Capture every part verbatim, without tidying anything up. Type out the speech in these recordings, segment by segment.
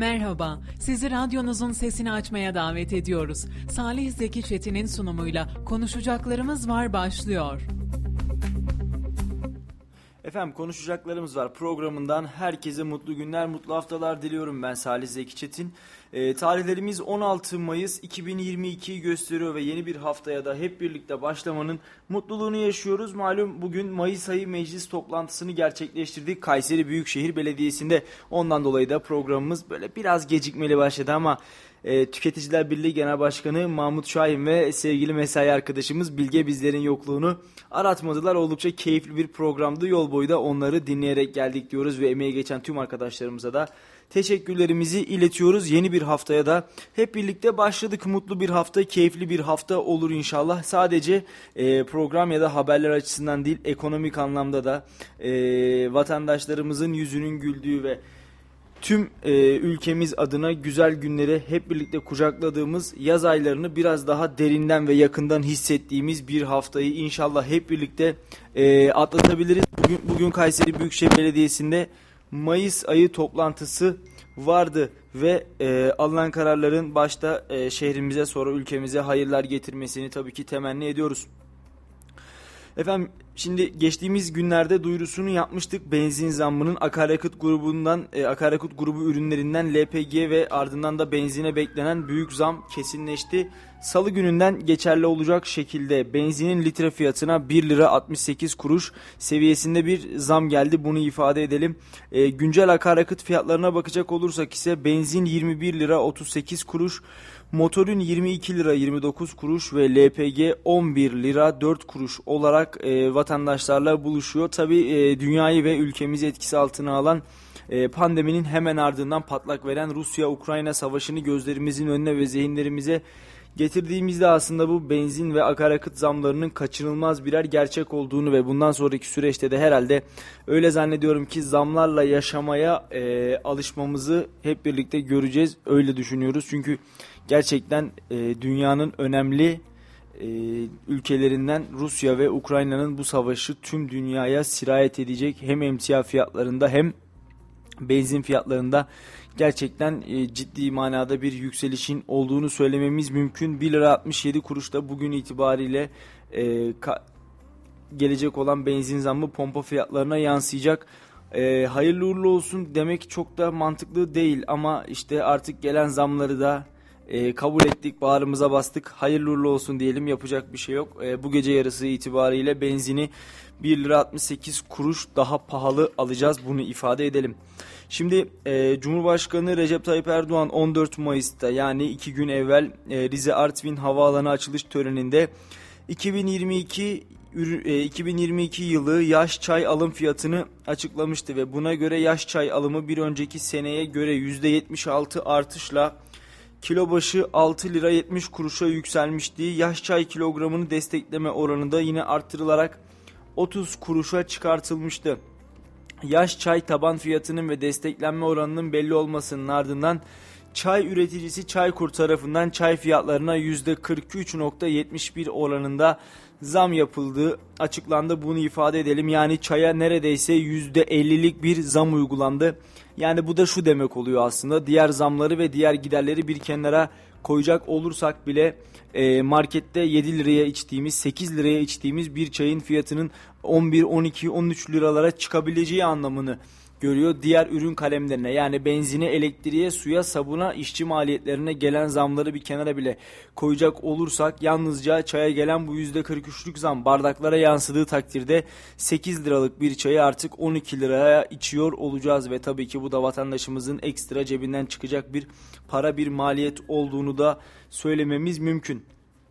Merhaba, sizi radyonuzun sesini açmaya davet ediyoruz. Salih Zeki Çetin'in sunumuyla Konuşacaklarımız Var başlıyor. Efendim konuşacaklarımız var programından herkese mutlu günler, mutlu haftalar diliyorum. Ben Salih Zeki Çetin. E, tarihlerimiz on altı Mayıs iki bin yirmi ikiyi gösteriyor ve yeni bir haftaya da hep birlikte başlamanın mutluluğunu yaşıyoruz. Malum bugün Mayıs ayı meclis toplantısını gerçekleştirdik Kayseri Büyükşehir Belediyesi'nde. Ondan dolayı da programımız böyle biraz gecikmeli başladı ama E, Tüketiciler Birliği Genel Başkanı Mahmut Şahin ve sevgili mesai arkadaşımız Bilge bizlerin yokluğunu aratmadılar. Oldukça keyifli bir programdı. Yol boyu da onları dinleyerek geldik diyoruz ve emeği geçen tüm arkadaşlarımıza da teşekkürlerimizi iletiyoruz. Yeni bir haftaya da hep birlikte başladık. Mutlu bir hafta, keyifli bir hafta olur inşallah. Sadece e, program ya da haberler açısından değil, ekonomik anlamda da e, vatandaşlarımızın yüzünün güldüğü ve tüm e, ülkemiz adına güzel günleri hep birlikte kucakladığımız, yaz aylarını biraz daha derinden ve yakından hissettiğimiz bir haftayı inşallah hep birlikte e, atlatabiliriz. Bugün, bugün Kayseri Büyükşehir Belediyesi'nde Mayıs ayı toplantısı vardı ve e, alınan kararların başta e, şehrimize sonra ülkemize hayırlar getirmesini tabii ki temenni ediyoruz. Efendim şimdi geçtiğimiz günlerde duyurusunu yapmıştık. Benzin zammının akaryakıt grubundan, e, akaryakıt grubu ürünlerinden L P G ve ardından da benzine beklenen büyük zam kesinleşti. Salı gününden geçerli olacak şekilde benzinin litre fiyatına bir lira altmış sekiz kuruş seviyesinde bir zam geldi. Bunu ifade edelim. E, güncel akaryakıt fiyatlarına bakacak olursak ise benzin yirmi bir lira otuz sekiz kuruş, motorun yirmi iki lira yirmi dokuz kuruş ve L P G on bir lira dört kuruş olarak e, vatandaşlarla buluşuyor. Tabii e, dünyayı ve ülkemizi etkisi altına alan e, pandeminin hemen ardından patlak veren Rusya-Ukrayna savaşını gözlerimizin önüne ve zihinlerimize getirdiğimizde aslında bu benzin ve akaryakıt zamlarının kaçınılmaz birer gerçek olduğunu ve bundan sonraki süreçte de herhalde öyle zannediyorum ki zamlarla yaşamaya e, alışmamızı hep birlikte göreceğiz. Öyle düşünüyoruz çünkü gerçekten e, dünyanın önemli e, ülkelerinden Rusya ve Ukrayna'nın bu savaşı tüm dünyaya sirayet edecek. Hem emtia fiyatlarında hem benzin fiyatlarında gerçekten e, ciddi manada bir yükselişin olduğunu söylememiz mümkün. bir lira altmış yedi kuruş da bugün itibariyle e, ka- gelecek olan benzin zammı pompa fiyatlarına yansıyacak. E, hayırlı uğurlu olsun demek çok da mantıklı değil ama işte artık gelen zamları da e, kabul ettik, bağrımıza bastık. Hayırlı uğurlu olsun diyelim, yapacak bir şey yok. E, bu gece yarısı itibariyle benzini bir lira altmış sekiz kuruş daha pahalı alacağız, bunu ifade edelim. Şimdi e, Cumhurbaşkanı Recep Tayyip Erdoğan on dört Mayıs'ta yani iki gün evvel e, Rize Artvin Havaalanı açılış töreninde iki bin yirmi iki iki bin yirmi iki yılı yaş çay alım fiyatını açıklamıştı ve buna göre yaş çay alımı bir önceki seneye göre yüzde yetmiş altı artışla kilo başı altı lira yetmiş kuruşa yükselmişti. Yaş çay kilogramını destekleme oranı da yine arttırılarak otuz kuruşa çıkartılmıştı. Yaş çay taban fiyatının ve desteklenme oranının belli olmasının ardından çay üreticisi Çaykur tarafından çay fiyatlarına yüzde kırk üç virgül yetmiş bir oranında zam yapıldığı açıklandı. Bunu ifade edelim. Yani çaya neredeyse yüzde ellilik bir zam uygulandı. Yani bu da şu demek oluyor aslında. Diğer zamları ve diğer giderleri bir kenara koyacak olursak bile e, markette yedi liraya içtiğimiz, sekiz liraya içtiğimiz bir çayın fiyatının on bir, on iki, on üç liralara çıkabileceği anlamını görüyor. Diğer ürün kalemlerine yani benzine, elektriğe, suya, sabuna, işçi maliyetlerine gelen zamları bir kenara bile koyacak olursak yalnızca çaya gelen bu yüzde kırk üçlük zam bardaklara yansıdığı takdirde sekiz liralık bir çayı artık on iki liraya içiyor olacağız ve tabii ki bu da vatandaşımızın ekstra cebinden çıkacak bir para, bir maliyet olduğunu da söylememiz mümkün.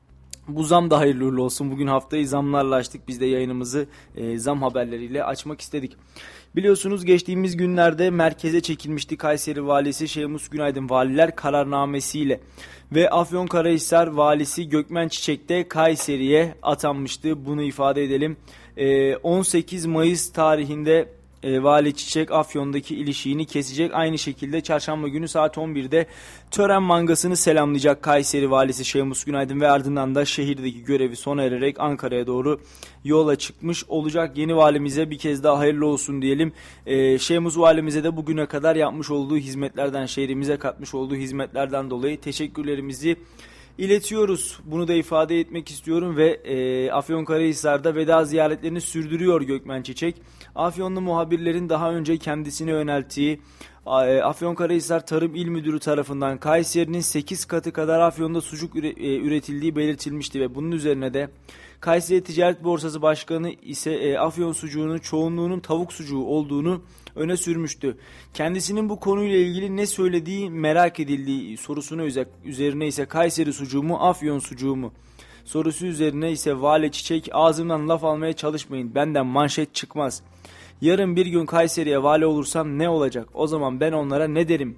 Bu zam da hayırlı uğurlu olsun. Bugün haftayı zamlarla açtık. Biz de yayınımızı e, zam haberleriyle açmak istedik. Biliyorsunuz geçtiğimiz günlerde merkeze çekilmişti Kayseri Valisi Şehmus Günaydın valiler kararnamesiyle ve Afyonkarahisar Valisi Gökmen Çiçek de Kayseri'ye atanmıştı. Bunu ifade edelim. E, on sekiz Mayıs tarihinde e, Vali Çiçek Afyon'daki ilişiğini kesecek. Aynı şekilde çarşamba günü saat on birde tören mangasını selamlayacak Kayseri Valisi Şemus Günaydın ve ardından da şehirdeki görevi sona ererek Ankara'ya doğru yola çıkmış olacak. Yeni valimize bir kez daha hayırlı olsun diyelim. E, Şemus valimize de bugüne kadar yapmış olduğu hizmetlerden, şehrimize katmış olduğu hizmetlerden dolayı teşekkürlerimizi iletiyoruz. Bunu da ifade etmek istiyorum ve e, Afyonkarahisar'da veda ziyaretlerini sürdürüyor Gökmen Çiçek. Afyonlu muhabirlerin daha önce kendisine yönelttiği e, Afyonkarahisar Tarım İl Müdürü tarafından Kayseri'nin sekiz katı kadar Afyon'da sucuk üre, e, üretildiği belirtilmişti ve bunun üzerine de Kayseri Ticaret Borsası Başkanı ise e, Afyon sucuğunun çoğunluğunun tavuk sucuğu olduğunu öne sürmüştü. Kendisinin bu konuyla ilgili ne söylediği merak edildiği sorusuna üzerine ise Kayseri sucuğu mu, Afyon sucuğu mu sorusu üzerine ise Vali Çiçek ağzımdan laf almaya çalışmayın, benden manşet çıkmaz. Yarın bir gün Kayseri'ye vali olursam ne olacak? O zaman ben onlara ne derim?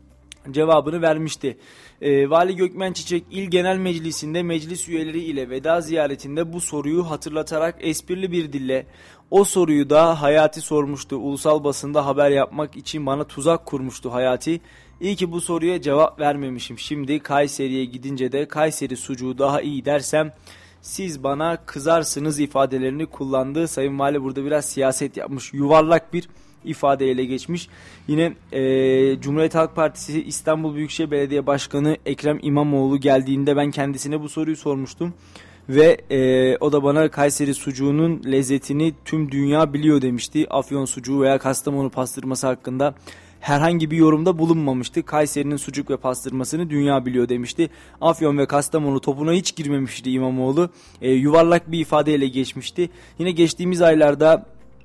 Cevabını vermişti. E, Vali Gökmen Çiçek İl Genel Meclisi'nde meclis üyeleri ile veda ziyaretinde bu soruyu hatırlatarak esprili bir dille o soruyu da Hayati sormuştu. Ulusal basında haber yapmak için bana tuzak kurmuştu Hayati. İyi ki bu soruya cevap vermemişim. Şimdi Kayseri'ye gidince de Kayseri sucuğu daha iyi dersem siz bana kızarsınız ifadelerini kullandı. Sayın Vali burada biraz siyaset yapmış. Yuvarlak bir ifadeyle geçmiş. Yine e, Cumhuriyet Halk Partisi İstanbul Büyükşehir Belediye Başkanı Ekrem İmamoğlu geldiğinde ben kendisine bu soruyu sormuştum. Ve e, o da bana Kayseri sucuğunun lezzetini tüm dünya biliyor demişti. Afyon sucuğu veya Kastamonu pastırması hakkında herhangi bir yorumda bulunmamıştı. Kayseri'nin sucuk ve pastırmasını dünya biliyor demişti. Afyon ve Kastamonu topuna hiç girmemişti İmamoğlu. E, yuvarlak bir ifadeyle geçmişti. Yine geçtiğimiz aylarda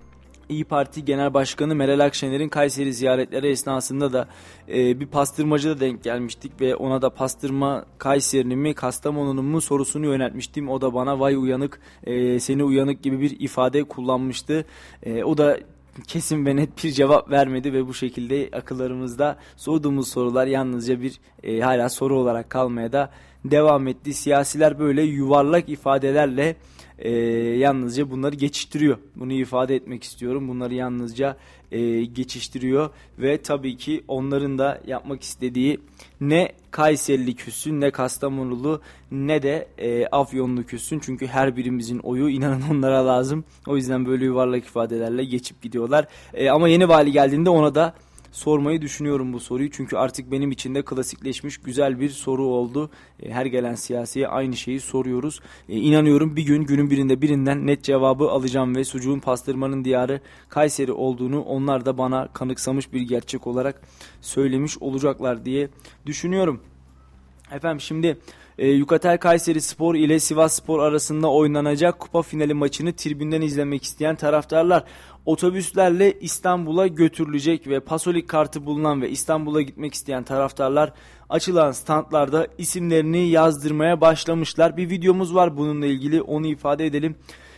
İYİ Parti Genel Başkanı Meral Akşener'in Kayseri ziyaretleri esnasında da e, bir pastırmacıda denk gelmiştik ve ona da pastırma Kayseri'nin mi Kastamonu'nun mu sorusunu yöneltmiştim. O da bana vay uyanık e, seni uyanık gibi bir ifade kullanmıştı. E, o da kesin ve net bir cevap vermedi ve bu şekilde akıllarımızda sorduğumuz sorular yalnızca bir e, hala soru olarak kalmaya da devam etti. Siyasiler böyle yuvarlak ifadelerle e, yalnızca bunları geçiştiriyor. Bunu ifade etmek istiyorum. Bunları yalnızca e, geçiştiriyor ve tabii ki onların da yapmak istediği ne Kayserili küssün, ne Kastamonulu, ne de e, Afyonlu küssün. Çünkü her birimizin oyu inanın onlara lazım. O yüzden böyle yuvarlak ifadelerle geçip gidiyorlar. E, ama yeni vali geldiğinde ona da sormayı düşünüyorum bu soruyu. Çünkü artık benim için de klasikleşmiş güzel bir soru oldu. E, her gelen siyasiye aynı şeyi soruyoruz. E, inanıyorum bir gün günün birinde birinden net cevabı alacağım ve sucuğun pastırmanın diyarı Kayseri olduğunu onlar da bana kanıksamış bir gerçek olarak söylemiş olacaklar diye düşünüyorum. Efendim şimdi e, Yukatel Kayseri Spor ile Sivas Spor arasında oynanacak kupa finali maçını tribünden izlemek isteyen taraftarlar otobüslerle İstanbul'a götürülecek ve Pasolik kartı bulunan ve İstanbul'a gitmek isteyen taraftarlar açılan standlarda isimlerini yazdırmaya başlamışlar. Bir videomuz var bununla ilgili, onu ifade edelim.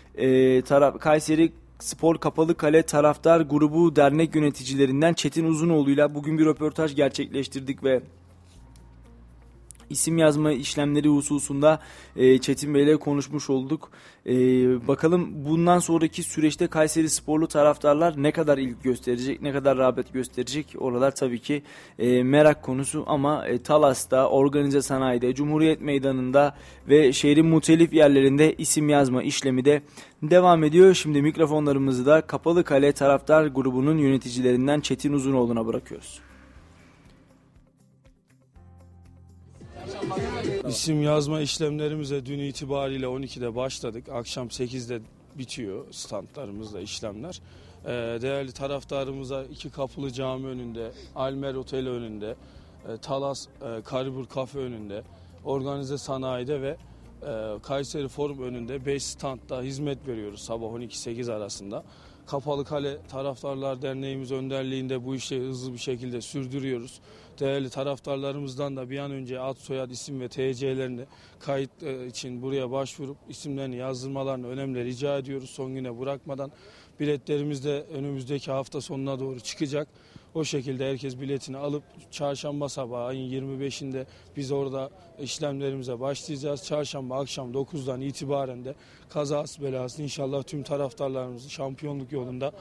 E, taraf, Kayseri Spor Kapalı Kale Taraftar Grubu dernek yöneticilerinden Çetin Uzunoğlu'yla bugün bir röportaj gerçekleştirdik ve İsim yazma işlemleri hususunda e, Çetin Bey'le konuşmuş olduk. E, bakalım bundan sonraki süreçte Kayseri sporlu taraftarlar ne kadar ilgi gösterecek, ne kadar rağbet gösterecek? Oralar tabii ki e, merak konusu ama e, Talas'ta, organize sanayide, Cumhuriyet Meydanı'nda ve şehrin muhtelif yerlerinde isim yazma işlemi de devam ediyor. Şimdi mikrofonlarımızı da Kapalı Kale Taraftar Grubu'nun yöneticilerinden Çetin Uzunoğlu'na bırakıyoruz. İsim yazma işlemlerimize dün itibariyle on ikide başladık. Akşam sekizde bitiyor standlarımızda işlemler. Ee, değerli taraftarımıza iki kapılı cami önünde, Almer Otel önünde, e, Talas e, Karibur Kafe önünde, organize sanayide ve e, Kayseri Forum önünde beş standda hizmet veriyoruz sabah on iki sekiz arasında. Kapalı Kale Taraftarlar Derneğimiz önderliğinde bu işi hızlı bir şekilde sürdürüyoruz. Değerli taraftarlarımızdan da bir an önce ad, soyad, isim ve T C'lerini kayıt için buraya başvurup isimlerini yazdırmalarını önemli rica ediyoruz. Son güne bırakmadan biletlerimiz de önümüzdeki hafta sonuna doğru çıkacak. O şekilde herkes biletini alıp çarşamba sabahı ayın yirmi beşinde biz orada işlemlerimize başlayacağız. Çarşamba akşam dokuzdan itibaren de kazası belası inşallah tüm taraftarlarımızı şampiyonluk yolunda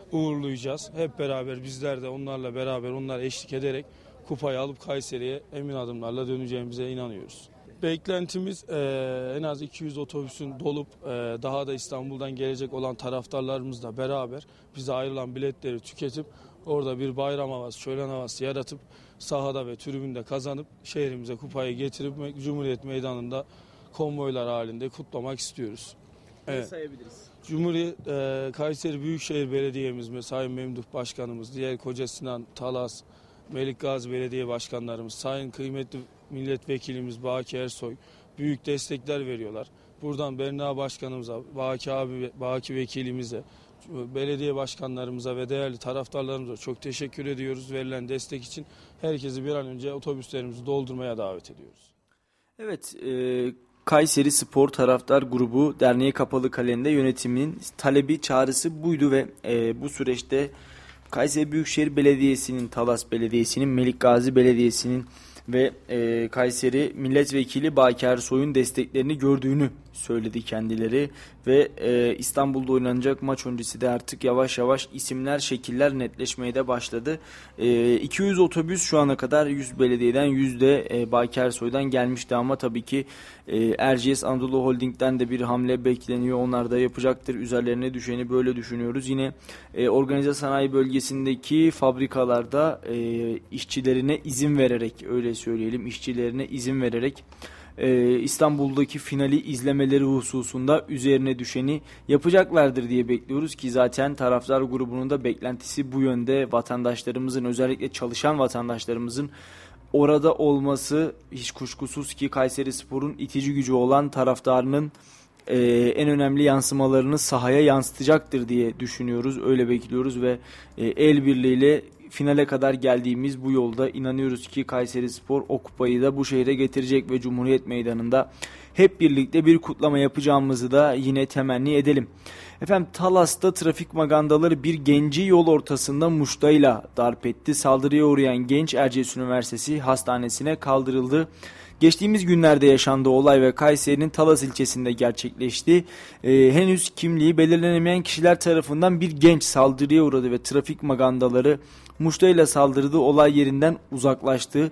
uğurlayacağız. Hep beraber bizler de onlarla beraber onlar eşlik ederek kupayı alıp Kayseri'ye emin adımlarla döneceğimize inanıyoruz. Beklentimiz e, en az iki yüz otobüsün dolup e, daha da İstanbul'dan gelecek olan taraftarlarımızla beraber bize ayrılan biletleri tüketip orada bir bayram havası, şölen havası yaratıp sahada ve tribünde kazanıp şehrimize kupayı getirip Cumhuriyet Meydanı'nda konvoylar halinde kutlamak istiyoruz. Evet. Sayabiliriz. Cumhuriyet e, Kayseri Büyükşehir Belediye'miz ve Sayın Memduh Başkanımız, diğer Koca Sinan, Talas, Melikgazi Belediye Başkanlarımız, Sayın kıymetli Milletvekilimiz Baki Ersoy büyük destekler veriyorlar. Buradan Berna Başkanımıza, Baki abi, Baki Vekilimize, belediye başkanlarımıza ve değerli taraftarlarımıza çok teşekkür ediyoruz verilen destek için. Herkesi bir an önce otobüslerimizi doldurmaya davet ediyoruz. Evet, e, Kayseri Spor Taraftar Grubu Derneği Kapalı Kale'nde yönetiminin talebi, çağrısı buydu ve e, bu süreçte Kayseri Büyükşehir Belediyesi'nin, Talas Belediyesi'nin, Melikgazi Belediyesi'nin ve e, Kayseri Milletvekili Baki Ersoy'un desteklerini gördüğünü söyledi kendileri ve e, İstanbul'da oynanacak maç öncesi de artık yavaş yavaş isimler, şekiller netleşmeye de başladı. E, iki yüz otobüs şu ana kadar yüz belediyeden, yüz de e, Baki Ersoy'dan gelmişti ama tabii ki e, Erciyes Anadolu Holding'den de bir hamle bekleniyor. Onlar da yapacaktır. Üzerlerine düşeni böyle düşünüyoruz. Yine e, organize sanayi bölgesindeki fabrikalarda e, işçilerine izin vererek, öyle söyleyelim, işçilerine izin vererek Ee, İstanbul'daki finali izlemeleri hususunda üzerine düşeni yapacaklardır diye bekliyoruz ki zaten taraftar grubunun da beklentisi bu yönde. Vatandaşlarımızın, özellikle çalışan vatandaşlarımızın orada olması hiç kuşkusuz ki Kayserispor'un itici gücü olan taraftarının e, en önemli yansımalarını sahaya yansıtacaktır diye düşünüyoruz. Öyle bekliyoruz ve e, el birliğiyle finale kadar geldiğimiz bu yolda inanıyoruz ki Kayserispor o kupayı da bu şehre getirecek ve Cumhuriyet Meydanı'nda hep birlikte bir kutlama yapacağımızı da yine temenni edelim. Efendim, Talas'ta trafik magandaları bir genci yol ortasında muştayla darp etti. Saldırıya uğrayan genç Erciyes Üniversitesi Hastanesi'ne kaldırıldı. Geçtiğimiz günlerde yaşandığı olay ve Kayseri'nin Talas ilçesinde gerçekleşti. Ee, henüz kimliği belirlenemeyen kişiler tarafından bir genç saldırıya uğradı ve trafik magandaları muştayla saldırdı. Olay yerinden uzaklaştı.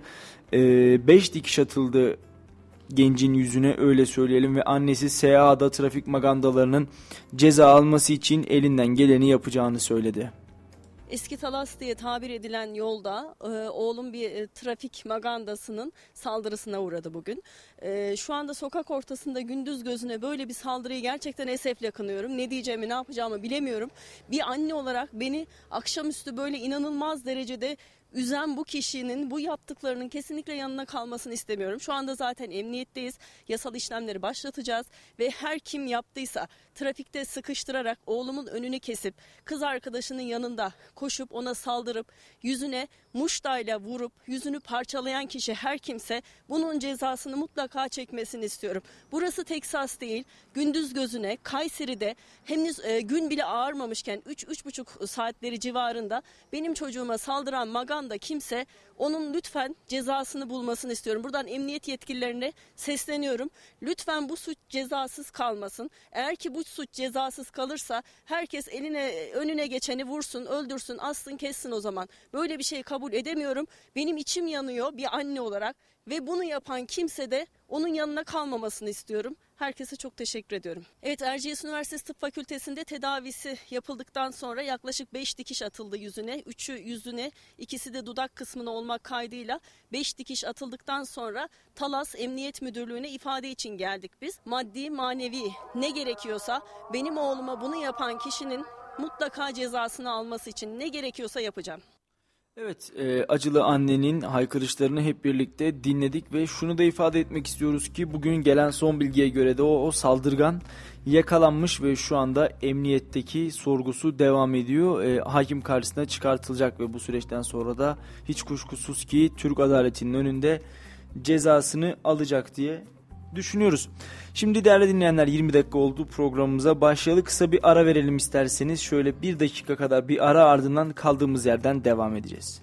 Ee, beş dikiş atıldı gencin yüzüne, öyle söyleyelim, ve annesi S A'da trafik magandalarının ceza alması için elinden geleni yapacağını söyledi. Eski Talas diye tabir edilen yolda e, oğlum bir e, trafik magandasının saldırısına uğradı bugün. E, şu anda sokak ortasında gündüz gözüne böyle bir saldırıyı gerçekten esefle kınıyorum. Ne diyeceğimi, ne yapacağımı bilemiyorum. Bir anne olarak beni akşamüstü böyle inanılmaz derecede üzen bu kişinin bu yaptıklarının kesinlikle yanına kalmasını istemiyorum. Şu anda zaten emniyetteyiz. Yasal işlemleri başlatacağız ve her kim yaptıysa trafikte sıkıştırarak oğlumun önünü kesip kız arkadaşının yanında koşup ona saldırıp yüzüne muştayla vurup yüzünü parçalayan kişi her kimse bunun cezasını mutlaka çekmesini istiyorum. Burası Teksas değil. Gündüz gözüne Kayseri'de henüz e, gün bile ağarmamışken üç üç buçuk saatleri civarında benim çocuğuma saldıran maganda kimse, onun lütfen cezasını bulmasını istiyorum. Buradan emniyet yetkililerine sesleniyorum. Lütfen bu suç cezasız kalmasın. Eğer ki bu suç cezasız kalırsa herkes eline önüne geçeni vursun, öldürsün, assın, kessin o zaman. Böyle bir şey kabul edemiyorum. Benim içim yanıyor bir anne olarak ve bunu yapan kimse de onun yanına kalmamasını istiyorum. Herkese çok teşekkür ediyorum. Evet, Erciyes Üniversitesi Tıp Fakültesi'nde tedavisi yapıldıktan sonra yaklaşık beş dikiş atıldı yüzüne. üçü yüzüne, ikisi de dudak kısmına olmak kaydıyla beş dikiş atıldıktan sonra Talas Emniyet Müdürlüğü'ne ifade için geldik biz. Maddi, manevi ne gerekiyorsa benim oğluma bunu yapan kişinin mutlaka cezasını alması için ne gerekiyorsa yapacağım. Evet, e, acılı annenin haykırışlarını hep birlikte dinledik ve şunu da ifade etmek istiyoruz ki bugün gelen son bilgiye göre de o, o saldırgan yakalanmış ve şu anda emniyetteki sorgusu devam ediyor. E, hakim karşısına çıkartılacak ve bu süreçten sonra da hiç kuşkusuz ki Türk adaletinin önünde cezasını alacak diye düşünüyoruz. Şimdi değerli dinleyenler, yirmi dakika oldu programımıza başlayalı. Kısa bir ara verelim isterseniz. Şöyle bir dakika kadar bir ara, ardından kaldığımız yerden devam edeceğiz.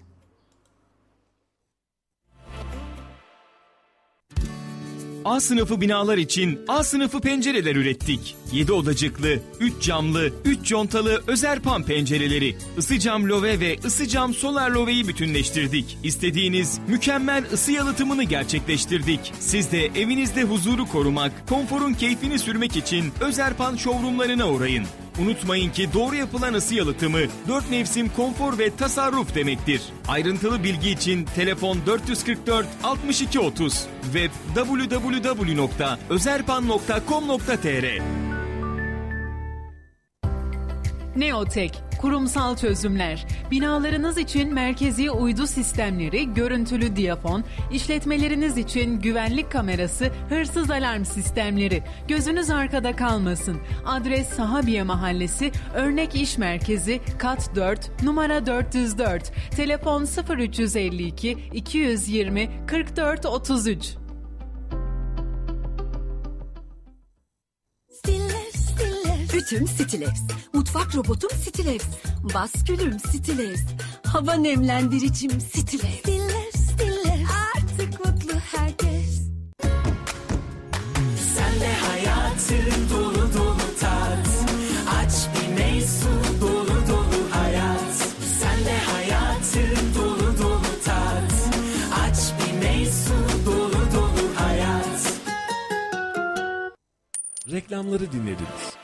A sınıfı binalar için A sınıfı pencereler ürettik. yedi odacıklı, üç camlı, üç contalı Özerpan pencereleri. Isı cam love ve ısı cam solar loveyi bütünleştirdik. İstediğiniz mükemmel ısı yalıtımını gerçekleştirdik. Siz de evinizde huzuru korumak, konforun keyfini sürmek için Özerpan showroomlarına uğrayın. Unutmayın ki doğru yapılan ısı yalıtımı dört mevsim konfor ve tasarruf demektir. Ayrıntılı bilgi için telefon dört yüz kırk dört altmış iki otuz, web double-u double-u double-u nokta özerpan nokta com nokta tr. Neotek, kurumsal çözümler. Binalarınız için merkezi uydu sistemleri, görüntülü diyafon, işletmeleriniz için güvenlik kamerası, hırsız alarm sistemleri. Gözünüz arkada kalmasın. Adres Sahabiye Mahallesi, Örnek İş Merkezi, kat dört, numara dört yüz dört. Telefon sıfır üç yüz elli iki iki yüz yirmi kırk dört otuz üç. Ütüm Stilex, mutfak robotum Stilex, baskülüm Stilex, hava nemlendiricim Stilex. Stilex, Stilex, artık mutlu herkes. Sen de hayatın dolu dolu tat, aç bir meysu dolu dolu hayat. Sen de hayatın dolu dolu tat, aç bir meysu dolu dolu hayat. Reklamları dinlediniz.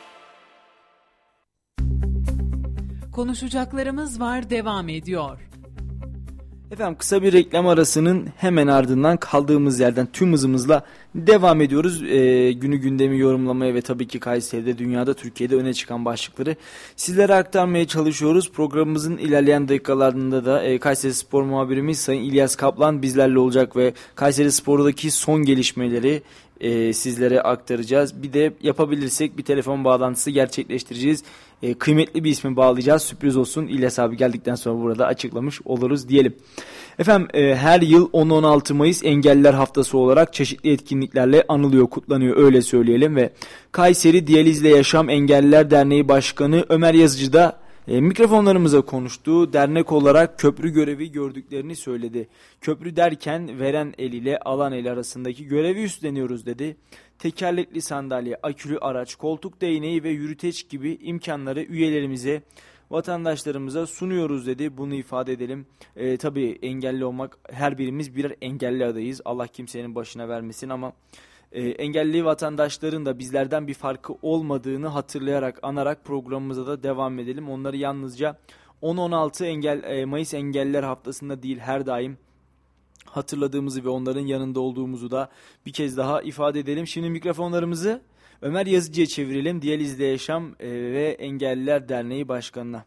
Konuşacaklarımız var devam ediyor. Efendim kısa bir reklam arasının hemen ardından kaldığımız yerden tüm hızımızla devam ediyoruz. Ee, günü gündemi yorumlamaya ve tabii ki Kayseri'de, dünyada, Türkiye'de öne çıkan başlıkları sizlere aktarmaya çalışıyoruz. Programımızın ilerleyen dakikalarında da e, Kayseri Spor muhabirimiz Sayın İlyas Kaplan bizlerle olacak ve Kayseri Spor'daki son gelişmeleri e, sizlere aktaracağız. Bir de yapabilirsek bir telefon bağlantısı gerçekleştireceğiz. E, kıymetli bir ismi bağlayacağız. Sürpriz olsun. İlyas abi geldikten sonra burada açıklamış oluruz diyelim. Efendim e, her yıl on on altı Mayıs Engelliler Haftası olarak çeşitli etkinliklerle anılıyor, kutlanıyor öyle söyleyelim ve Kayseri Diyalizle Yaşam Engelliler Derneği Başkanı Ömer Yazıcı da e, mikrofonlarımıza konuştu. Dernek olarak köprü görevi gördüklerini söyledi. Köprü derken veren el ile alan el arasındaki görevi üstleniyoruz dedi. Tekerlekli sandalye, akülü araç, koltuk değneği ve yürüteç gibi imkanları üyelerimize, vatandaşlarımıza sunuyoruz dedi. Bunu ifade edelim. Ee, tabii engelli olmak, her birimiz birer engelli adayız. Allah kimsenin başına vermesin ama e, engelli vatandaşların da bizlerden bir farkı olmadığını hatırlayarak, anarak programımıza da devam edelim. Onları yalnızca on on altı engel, e, Mayıs Engelliler Haftası'nda değil, her daim hatırladığımızı ve onların yanında olduğumuzu da bir kez daha ifade edelim. Şimdi mikrofonlarımızı Ömer Yazıcı'ya çevirelim. Diyalizle Yaşam ve Engelliler Derneği Başkanı'na.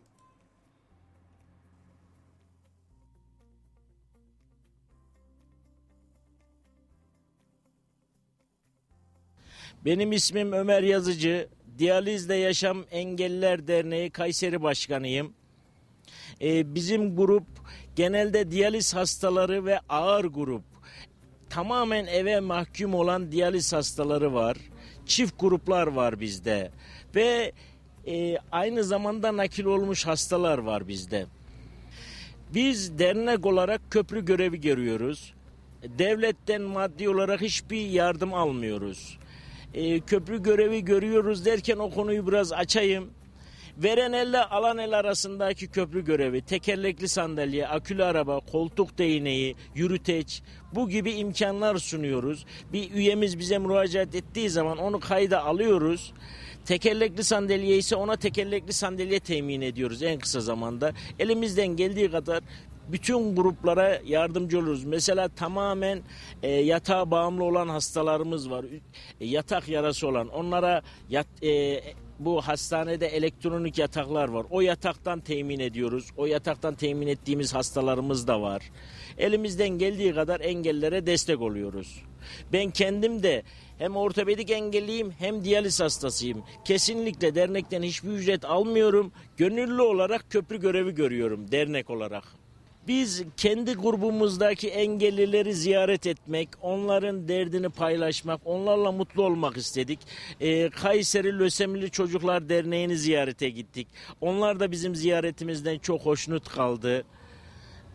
Benim ismim Ömer Yazıcı. Diyalizle Yaşam Engelliler Derneği Kayseri Başkanıyım. Ee, bizim grup genelde diyaliz hastaları ve ağır grup. Tamamen eve mahkum olan diyaliz hastaları var. Çift gruplar var bizde. Ve e, aynı zamanda nakil olmuş hastalar var bizde. Biz dernek olarak köprü görevi görüyoruz. Devletten maddi olarak hiçbir yardım almıyoruz. E, köprü görevi görüyoruz derken o konuyu biraz açayım. Veren elle alan el arasındaki köprü görevi, tekerlekli sandalye, akülü araba, koltuk değneği, yürüteç, bu gibi imkanlar sunuyoruz. Bir üyemiz bize müracaat ettiği zaman onu kayda alıyoruz. Tekerlekli sandalye ise ona tekerlekli sandalye temin ediyoruz en kısa zamanda. Elimizden geldiği kadar bütün gruplara yardımcı oluruz. Mesela tamamen e, yatağa bağımlı olan hastalarımız var. E, yatak yarası olan, onlara yat, e, bu hastanede elektronik yataklar var. O yataktan temin ediyoruz. O yataktan temin ettiğimiz hastalarımız da var. Elimizden geldiği kadar engellilere destek oluyoruz. Ben kendim de hem ortopedik engelliyim hem diyaliz hastasıyım. Kesinlikle dernekten hiçbir ücret almıyorum. Gönüllü olarak köprü görevi görüyorum dernek olarak. Biz kendi grubumuzdaki engellileri ziyaret etmek, onların derdini paylaşmak, onlarla mutlu olmak istedik. Ee, Kayseri Lösemili Çocuklar Derneği'ni ziyarete gittik. Onlar da bizim ziyaretimizden çok hoşnut kaldı.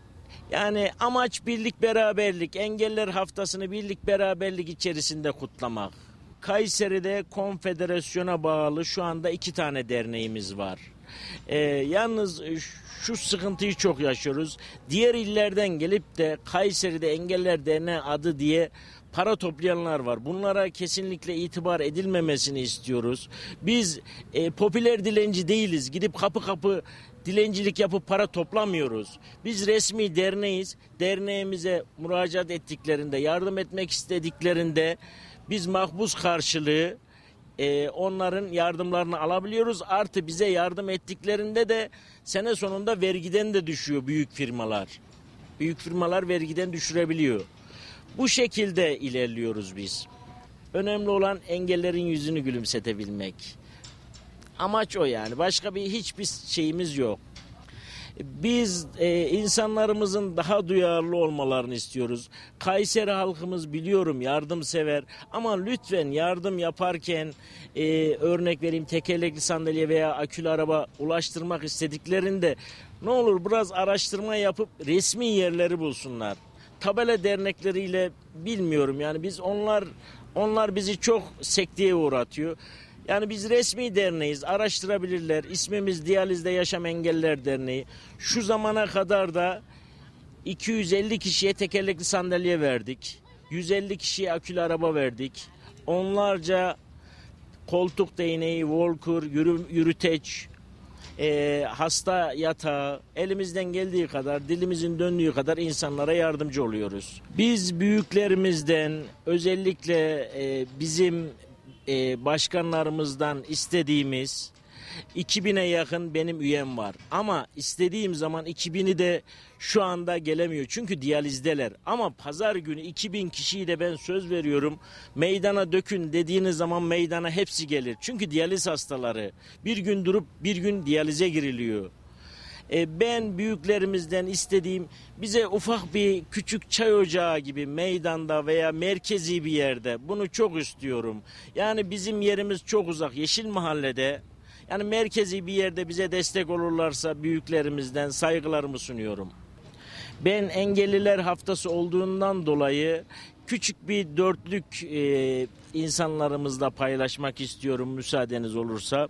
Yani amaç birlik beraberlik, engeller haftasını birlik beraberlik içerisinde kutlamak. Kayseri'de konfederasyona bağlı şu anda iki tane derneğimiz var. Ee, yalnız şu sıkıntıyı çok yaşıyoruz. Diğer illerden gelip de Kayseri'de Engeller Derneği adı diye para toplayanlar var. Bunlara kesinlikle itibar edilmemesini istiyoruz. Biz e, popüler dilenci değiliz. Gidip kapı kapı dilencilik yapıp para toplamıyoruz. Biz resmi derneğiz. Derneğimize müracaat ettiklerinde, yardım etmek istediklerinde biz makbuz karşılığı e, onların yardımlarını alabiliyoruz. Artı bize yardım ettiklerinde de sene sonunda vergiden de düşüyor büyük firmalar. Büyük firmalar vergiden düşürebiliyor. Bu şekilde ilerliyoruz biz. Önemli olan engellerin yüzünü gülümsetebilmek. Amaç o yani. Başka bir hiçbir şeyimiz yok. Biz e, insanlarımızın daha duyarlı olmalarını istiyoruz. Kayseri halkımız biliyorum yardımsever ama lütfen yardım yaparken e, örnek vereyim tekerlekli sandalye veya akülü araba ulaştırmak istediklerinde ne olur biraz araştırma yapıp resmi yerleri bulsunlar. Tabela dernekleriyle bilmiyorum yani biz onlar onlar bizi çok sekteye uğratıyor. Yani biz resmi derneğiz, araştırabilirler. İsmimiz Diyaliz'de Yaşam Engelliler Derneği. Şu zamana kadar da iki yüz elli kişiye tekerlekli sandalye verdik. yüz elli kişiye akülü araba verdik. Onlarca koltuk değneği, walker, yürü, yürüteç, e, hasta yatağı, elimizden geldiği kadar, dilimizin döndüğü kadar insanlara yardımcı oluyoruz. Biz büyüklerimizden özellikle e, bizim e, başkanlarımızdan istediğimiz iki bine yakın benim üyem var. Ama istediğim zaman iki bini de şu anda gelemiyor. Çünkü diyalizdeler. Ama pazar günü iki bin kişiyi de ben söz veriyorum. Meydana dökün dediğiniz zaman meydana hepsi gelir. Çünkü diyaliz hastaları. Bir gün durup bir gün diyalize giriliyor. E, ben büyüklerimizden istediğim bize ufak bir küçük çay ocağı gibi meydanda veya merkezi bir yerde. Bunu çok istiyorum. Yani bizim yerimiz çok uzak. Yeşil Mahalle'de. Yani merkezi bir yerde bize destek olurlarsa büyüklerimizden saygılarımı sunuyorum. Ben engelliler haftası olduğundan dolayı küçük bir dörtlük e, insanlarımızla paylaşmak istiyorum müsaadeniz olursa.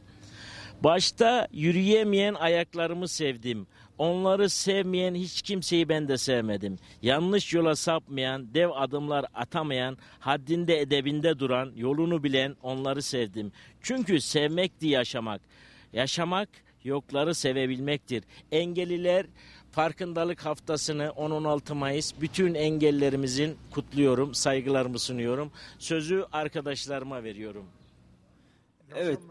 Başta yürüyemeyen ayaklarımı sevdim. Onları sevmeyen hiç kimseyi ben de sevmedim. Yanlış yola sapmayan, dev adımlar atamayan, haddinde edebinde duran, yolunu bilen onları sevdim. Çünkü sevmekti yaşamak. Yaşamak yokları sevebilmektir. Engelliler farkındalık haftasını on on altı Mayıs bütün engellerimizin kutluyorum, saygılarımı sunuyorum. Sözü arkadaşlarıma veriyorum. Evet.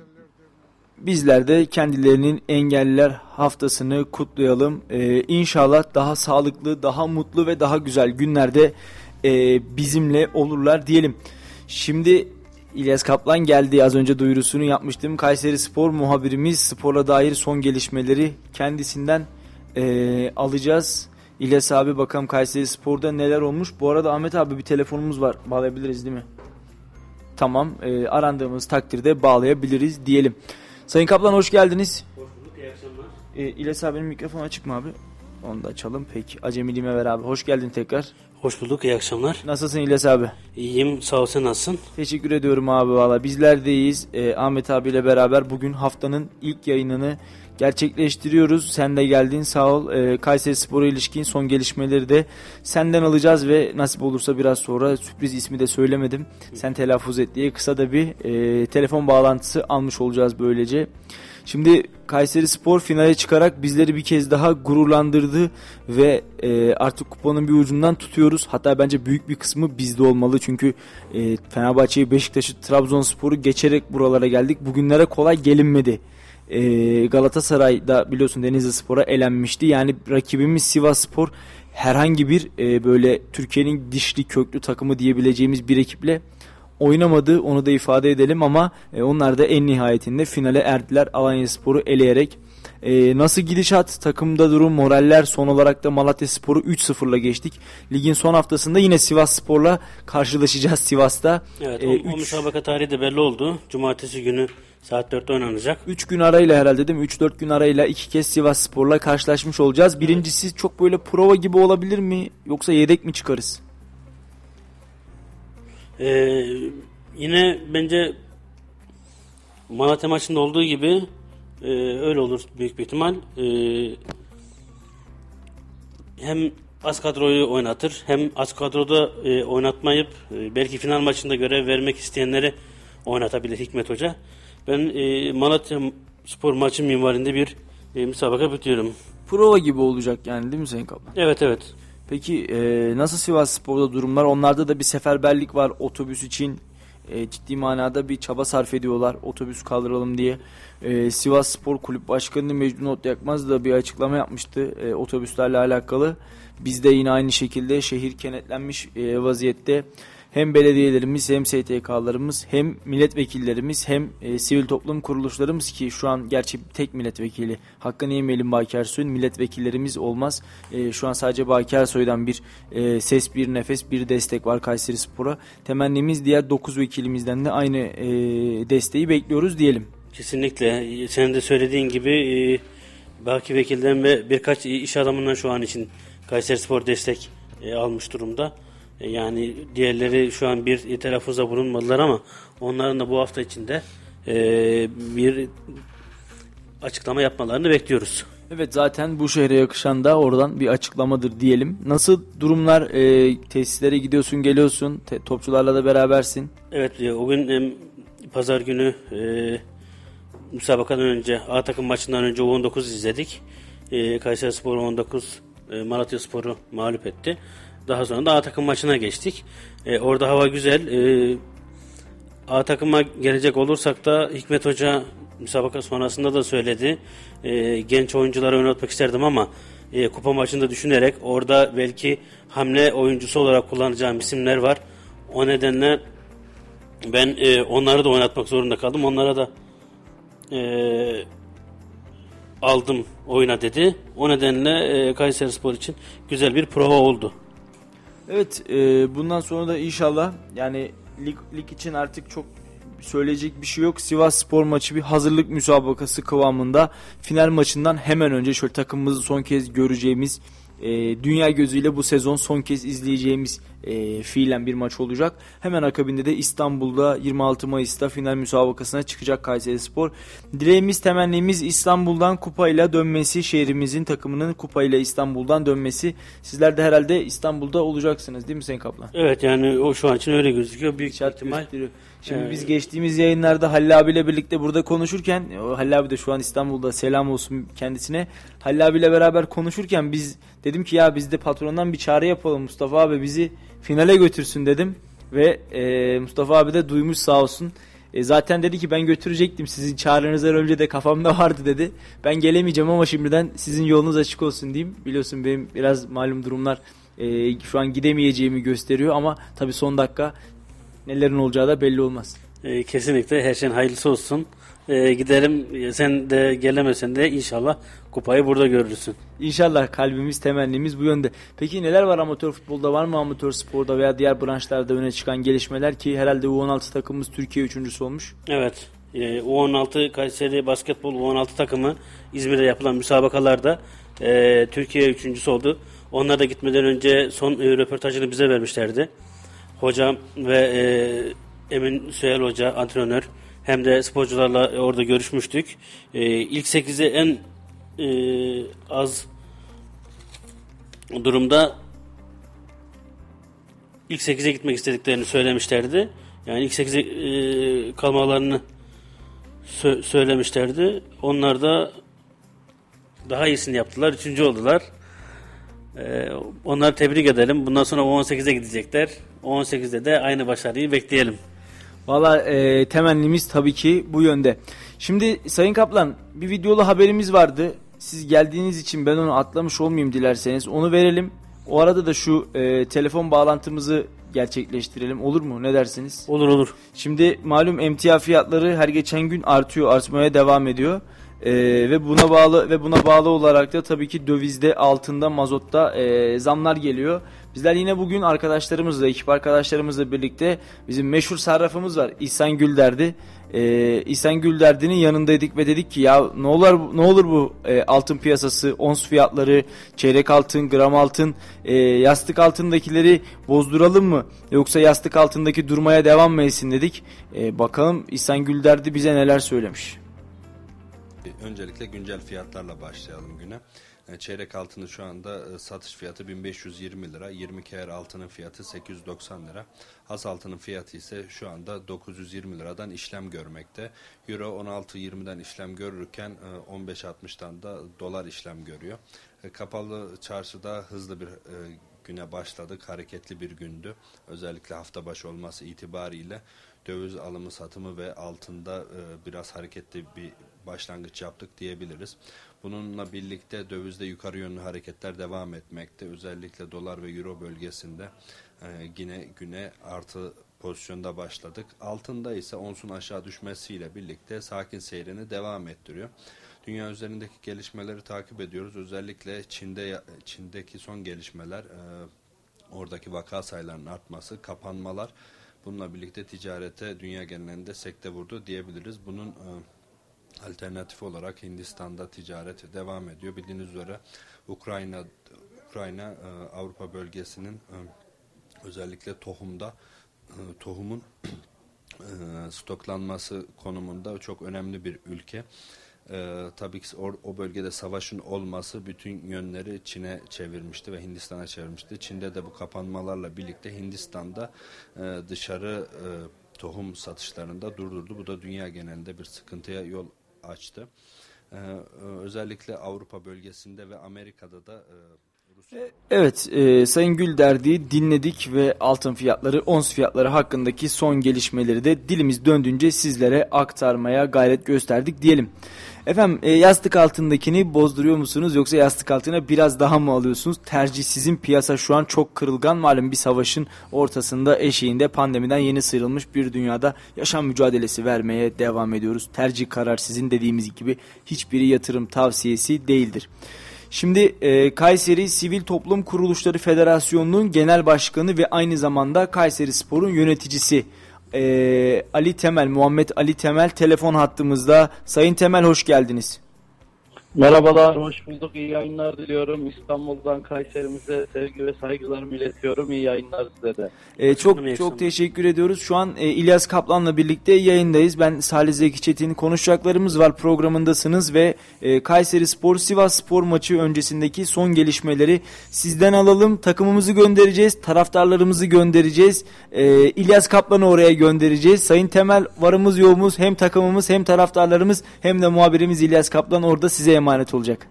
Bizler de kendilerinin engelliler haftasını kutlayalım. Ee, İnşallah daha sağlıklı, daha mutlu ve daha güzel günlerde e, bizimle olurlar diyelim. Şimdi İlyas Kaplan geldi. Az önce duyurusunu yapmıştım. Kayseri Spor muhabirimiz spora dair son gelişmeleri kendisinden e, alacağız. İlyas abi bakalım Kayseri Spor'da neler olmuş. Bu arada Ahmet abi bir telefonumuz var. Bağlayabiliriz değil mi? Tamam. E, arandığımız takdirde bağlayabiliriz diyelim. Sayın Kaplan hoş geldiniz. Hoş bulduk, iyi akşamlar. E, İlyas abinin mikrofonu açık mı abi? Onu da açalım. Peki. Acemiliğime ver abi. Hoş geldin tekrar. Hoş bulduk, iyi akşamlar. Nasılsın İlyas abi? İyiyim, sağ ol, sen nasılsın? Teşekkür ediyorum abi valla. Bizler de iyiyiz. E, Ahmet abiyle beraber bugün haftanın ilk yayınını gerçekleştiriyoruz. Sen de geldin, sağ ol. E, Kayseri Spor'a ilişkin son gelişmeleri de senden alacağız ve nasip olursa biraz sonra sürpriz ismi de söylemedim. Sen telaffuz et diye kısa da bir e, telefon bağlantısı almış olacağız böylece. Şimdi Kayseri Spor finale çıkarak bizleri bir kez daha gururlandırdı ve e, artık kupanın bir ucundan tutuyoruz. Hatta bence büyük bir kısmı bizde olmalı. Çünkü e, Fenerbahçe'yi, Beşiktaş'ı, Trabzonspor'u geçerek buralara geldik. Bugünlere kolay gelinmedi. E, Galatasaray'da biliyorsun Denizlispor'a elenmişti. Yani rakibimiz Sivasspor herhangi bir e, böyle Türkiye'nin dişli köklü takımı diyebileceğimiz bir ekiple oynamadı, onu da ifade edelim ama e, onlar da en nihayetinde finale erdiler Alanyaspor'u eleyerek. E, nasıl gidişat, takımda durum, moraller, son olarak da Malatyaspor'u üç sıfırla geçtik. Ligin son haftasında yine Sivasspor'la karşılaşacağız Sivas'ta. Evet, e, o, üç... o müsabaka tarihi de belli oldu. Cumartesi günü Saat dörtte oynanacak. üç gün arayla herhalde değil mi? üç dört gün arayla iki kez Sivasspor'la karşılaşmış olacağız. Birincisi çok böyle prova gibi olabilir mi? Yoksa yedek mi çıkarız? Ee, yine bence Malatya maçında olduğu gibi e, öyle olur büyük bir ihtimal. E, hem az kadroyu oynatır, hem az kadroda e, oynatmayıp e, belki final maçında görev vermek isteyenleri oynatabilir Hikmet Hoca. Ben e, Malatya Spor maçı minvalinde bir e, müsabaka bitiyorum. Prova gibi olacak yani değil mi Sayın Kaplan? Evet evet. Peki e, nasıl Sivasspor'da durumlar? Onlarda da bir seferberlik var otobüs için. E, ciddi manada bir çaba sarf ediyorlar otobüs kaldıralım diye. E, Sivasspor Kulüp Başkanı Mecnun Otyakmaz da bir açıklama yapmıştı e, otobüslerle alakalı. Biz de yine aynı şekilde şehir kenetlenmiş e, vaziyette. Hem belediyelerimiz hem S T K'larımız hem milletvekillerimiz hem e, sivil toplum kuruluşlarımız ki şu an gerçi tek milletvekili hakkını yemeyelim Baki Ersoy'un milletvekillerimiz olmaz. E, şu an sadece Baki Ersoy'dan bir e, ses bir nefes bir destek var Kayserispor'a. Temennimiz diğer dokuz vekilimizden de aynı e, desteği bekliyoruz diyelim. Kesinlikle senin de söylediğin gibi e, Baki Vekil'den ve birkaç iş adamından şu an için Kayserispor destek e, almış durumda. Yani diğerleri şu an bir telaffuzda bulunmadılar ama onların da bu hafta içinde e, bir açıklama yapmalarını bekliyoruz. Evet zaten bu şehre yakışan da oradan bir açıklamadır diyelim. Nasıl durumlar? E, tesislere gidiyorsun geliyorsun. Te, topçularla da berabersin. Evet e, o gün e, pazar günü e, müsabakadan önce A takım maçından önce U on dokuz izledik. E, Kayserispor U on dokuz e, Malatyaspor'u mağlup etti. Daha sonra da A takım maçına geçtik. Ee, orada hava güzel. Ee, A takıma gelecek olursak da Hikmet Hoca müsabaka sonrasında da söyledi. Ee, genç oyuncuları oynatmak isterdim ama e, kupa maçında düşünerek orada belki hamle oyuncusu olarak kullanacağım isimler var. O nedenle ben e, onları da oynatmak zorunda kaldım. Onlara da e, aldım oyuna dedi. O nedenle e, Kayserispor için güzel bir prova oldu. Evet e, bundan sonra da inşallah yani lig, lig için artık çok söyleyecek bir şey yok. Sivasspor maçı bir hazırlık müsabakası kıvamında final maçından hemen önce şöyle takımımızı son kez göreceğimiz e, dünya gözüyle bu sezon son kez izleyeceğimiz e, fiilen bir maç olacak. Hemen akabinde de İstanbul'da yirmi altı Mayıs'ta final müsabakasına çıkacak Kayserispor. Dileğimiz temennimiz İstanbul'dan kupayla dönmesi, şehrimizin takımının kupayla İstanbul'dan dönmesi. Sizler de herhalde İstanbul'da olacaksınız değil mi Sayın Kaplan? Evet yani o şu an için öyle gözüküyor. Büyük Şart ihtimal. gösteriyor. Şimdi Ee, biz geçtiğimiz yayınlarda Halil abiyle birlikte burada konuşurken, Halil abi de şu an İstanbul'da, selam olsun kendisine. Halil abiyle beraber konuşurken biz dedim ki ya biz de patrondan bir çağrı yapalım, Mustafa abi bizi finale götürsün dedim. Ve e, Mustafa abi de duymuş sağ olsun. E, zaten dedi ki ben götürecektim, sizin çağrınızdan önce de kafamda vardı dedi. Ben gelemeyeceğim ama şimdiden sizin yolunuz açık olsun diyeyim. Biliyorsun benim biraz malum durumlar e, şu an gidemeyeceğimi gösteriyor ama tabii son dakika nelerin olacağı da belli olmaz. E, kesinlikle her şeyin hayırlısı olsun. E, gidelim, sen de gelemesen de inşallah kupayı burada görürsün. İnşallah, kalbimiz temennimiz bu yönde. Peki neler var amatör futbolda, var mı amatör sporda veya diğer branşlarda öne çıkan gelişmeler ki herhalde U on altı takımımız Türkiye üçüncüsü olmuş? Evet. E, U on altı Kayseri Basketbol U on altı takımı İzmir'de yapılan müsabakalarda e, Türkiye üçüncüsü oldu. Onlar da gitmeden önce son e, röportajını bize vermişlerdi. Hocam ve e, Emin Süheyl Hoca antrenör hem de sporcularla orada görüşmüştük. E, ilk sekize en e, az durumda ilk sekize gitmek istediklerini söylemişlerdi. Yani ilk sekize e, kalmalarını sö- söylemişlerdi. Onlar da daha iyisini yaptılar. Üçüncü oldular. Ee, onları tebrik edelim. Bundan sonra U on sekize gidecekler. U on sekizde de aynı başarıyı bekleyelim. Valla e, temennimiz tabii ki bu yönde. Şimdi Sayın Kaplan, bir videolu haberimiz vardı. Siz geldiğiniz için ben onu atlamış olmayayım dilerseniz. Onu verelim. O arada da şu e, telefon bağlantımızı gerçekleştirelim. Olur mu? Ne dersiniz? Olur olur. Şimdi malum emtia fiyatları her geçen gün artıyor, artmaya devam ediyor. Ee, ve buna bağlı ve buna bağlı olarak da tabii ki dövizde, altında, mazotta e, zamlar geliyor. Bizler yine bugün arkadaşlarımızla, ekip arkadaşlarımızla birlikte bizim meşhur sarrafımız var, İhsan Gülderdi. Ee, İhsan Gülderdi'nin yanındaydık ve dedik ki ya ne olur ne olur bu e, altın piyasası, ons fiyatları, çeyrek altın, gram altın, e, yastık altındakileri bozduralım mı? Yoksa yastık altındaki durmaya devam mı etsin dedik. E, bakalım İhsan Gülderdi bize neler söylemiş. Öncelikle güncel fiyatlarla başlayalım güne. Çeyrek altının şu anda satış fiyatı bin beş yüz yirmi lira, yirmi karat altının fiyatı sekiz yüz doksan lira. Has altının fiyatı ise şu anda dokuz yüz yirmi liradan işlem görmekte. Euro on altı yirmiden işlem görürken on beş altmıştan da dolar işlem görüyor. Kapalı çarşıda hızlı bir güne başladık, hareketli bir gündü. Özellikle hafta başı olması itibariyle döviz alımı satımı ve altında biraz hareketli bir başlangıç yaptık diyebiliriz. Bununla birlikte dövizde yukarı yönlü hareketler devam etmekte. Özellikle dolar ve euro bölgesinde e, yine güne artı pozisyonda başladık. Altında ise onsun aşağı düşmesiyle birlikte sakin seyrini devam ettiriyor. Dünya üzerindeki gelişmeleri takip ediyoruz. Özellikle Çin'de Çin'deki son gelişmeler, e, oradaki vaka sayılarının artması, kapanmalar, bununla birlikte ticarete dünya genelinde sekte vurdu diyebiliriz. Bunun e, alternatif olarak Hindistan'da ticaret devam ediyor. Bildiğiniz üzere Ukrayna Ukrayna e, Avrupa bölgesinin e, özellikle tohumda e, tohumun e, stoklanması konumunda çok önemli bir ülke. E, tabii ki o, o bölgede savaşın olması bütün yönleri Çin'e çevirmişti ve Hindistan'a çevirmişti. Çin'de de bu kapanmalarla birlikte Hindistan'da e, dışarı e, tohum satışlarında durdurdu. Bu da dünya genelinde bir sıkıntıya yol açtı. Ee, özellikle Avrupa bölgesinde ve Amerika'da da e, Rusya... Evet, e, Sayın Gülderdi'yi dinledik ve altın fiyatları, ons fiyatları hakkındaki son gelişmeleri de dilimiz döndüğünce sizlere aktarmaya gayret gösterdik diyelim. Efendim, e, yastık altındakini bozduruyor musunuz yoksa yastık altına biraz daha mı alıyorsunuz? Tercih sizin. Piyasa şu an çok kırılgan. Malum bir savaşın ortasında, eşiğinde, pandemiden yeni sıyrılmış bir dünyada yaşam mücadelesi vermeye devam ediyoruz. Tercih karar sizin, dediğimiz gibi hiçbiri yatırım tavsiyesi değildir. Şimdi e, Kayseri Sivil Toplum Kuruluşları Federasyonu'nun genel başkanı ve aynı zamanda Kayserispor'un yöneticisi Ee, Ali Temel, Muhammed Ali Temel telefon hattımızda. Sayın Temel, hoş geldiniz. Merhabalar, hoş bulduk. İyi yayınlar diliyorum. İstanbul'dan Kayserimize sevgi ve saygılarımı iletiyorum. İyi yayınlar size de. Ee, çok çok teşekkür ediyoruz. Şu an e, İlyas Kaplan'la birlikte yayındayız. Ben Salih Zeki Çetin. Konuşacaklarımız var programındasınız ve e, Kayserispor Sivasspor maçı öncesindeki son gelişmeleri sizden alalım. Takımımızı göndereceğiz, taraftarlarımızı göndereceğiz. E, İlyas Kaplan'ı oraya göndereceğiz. Sayın Temel, varımız yoğumuz, hem takımımız hem taraftarlarımız hem de muhabirimiz İlyas Kaplan orada size emanet olacak.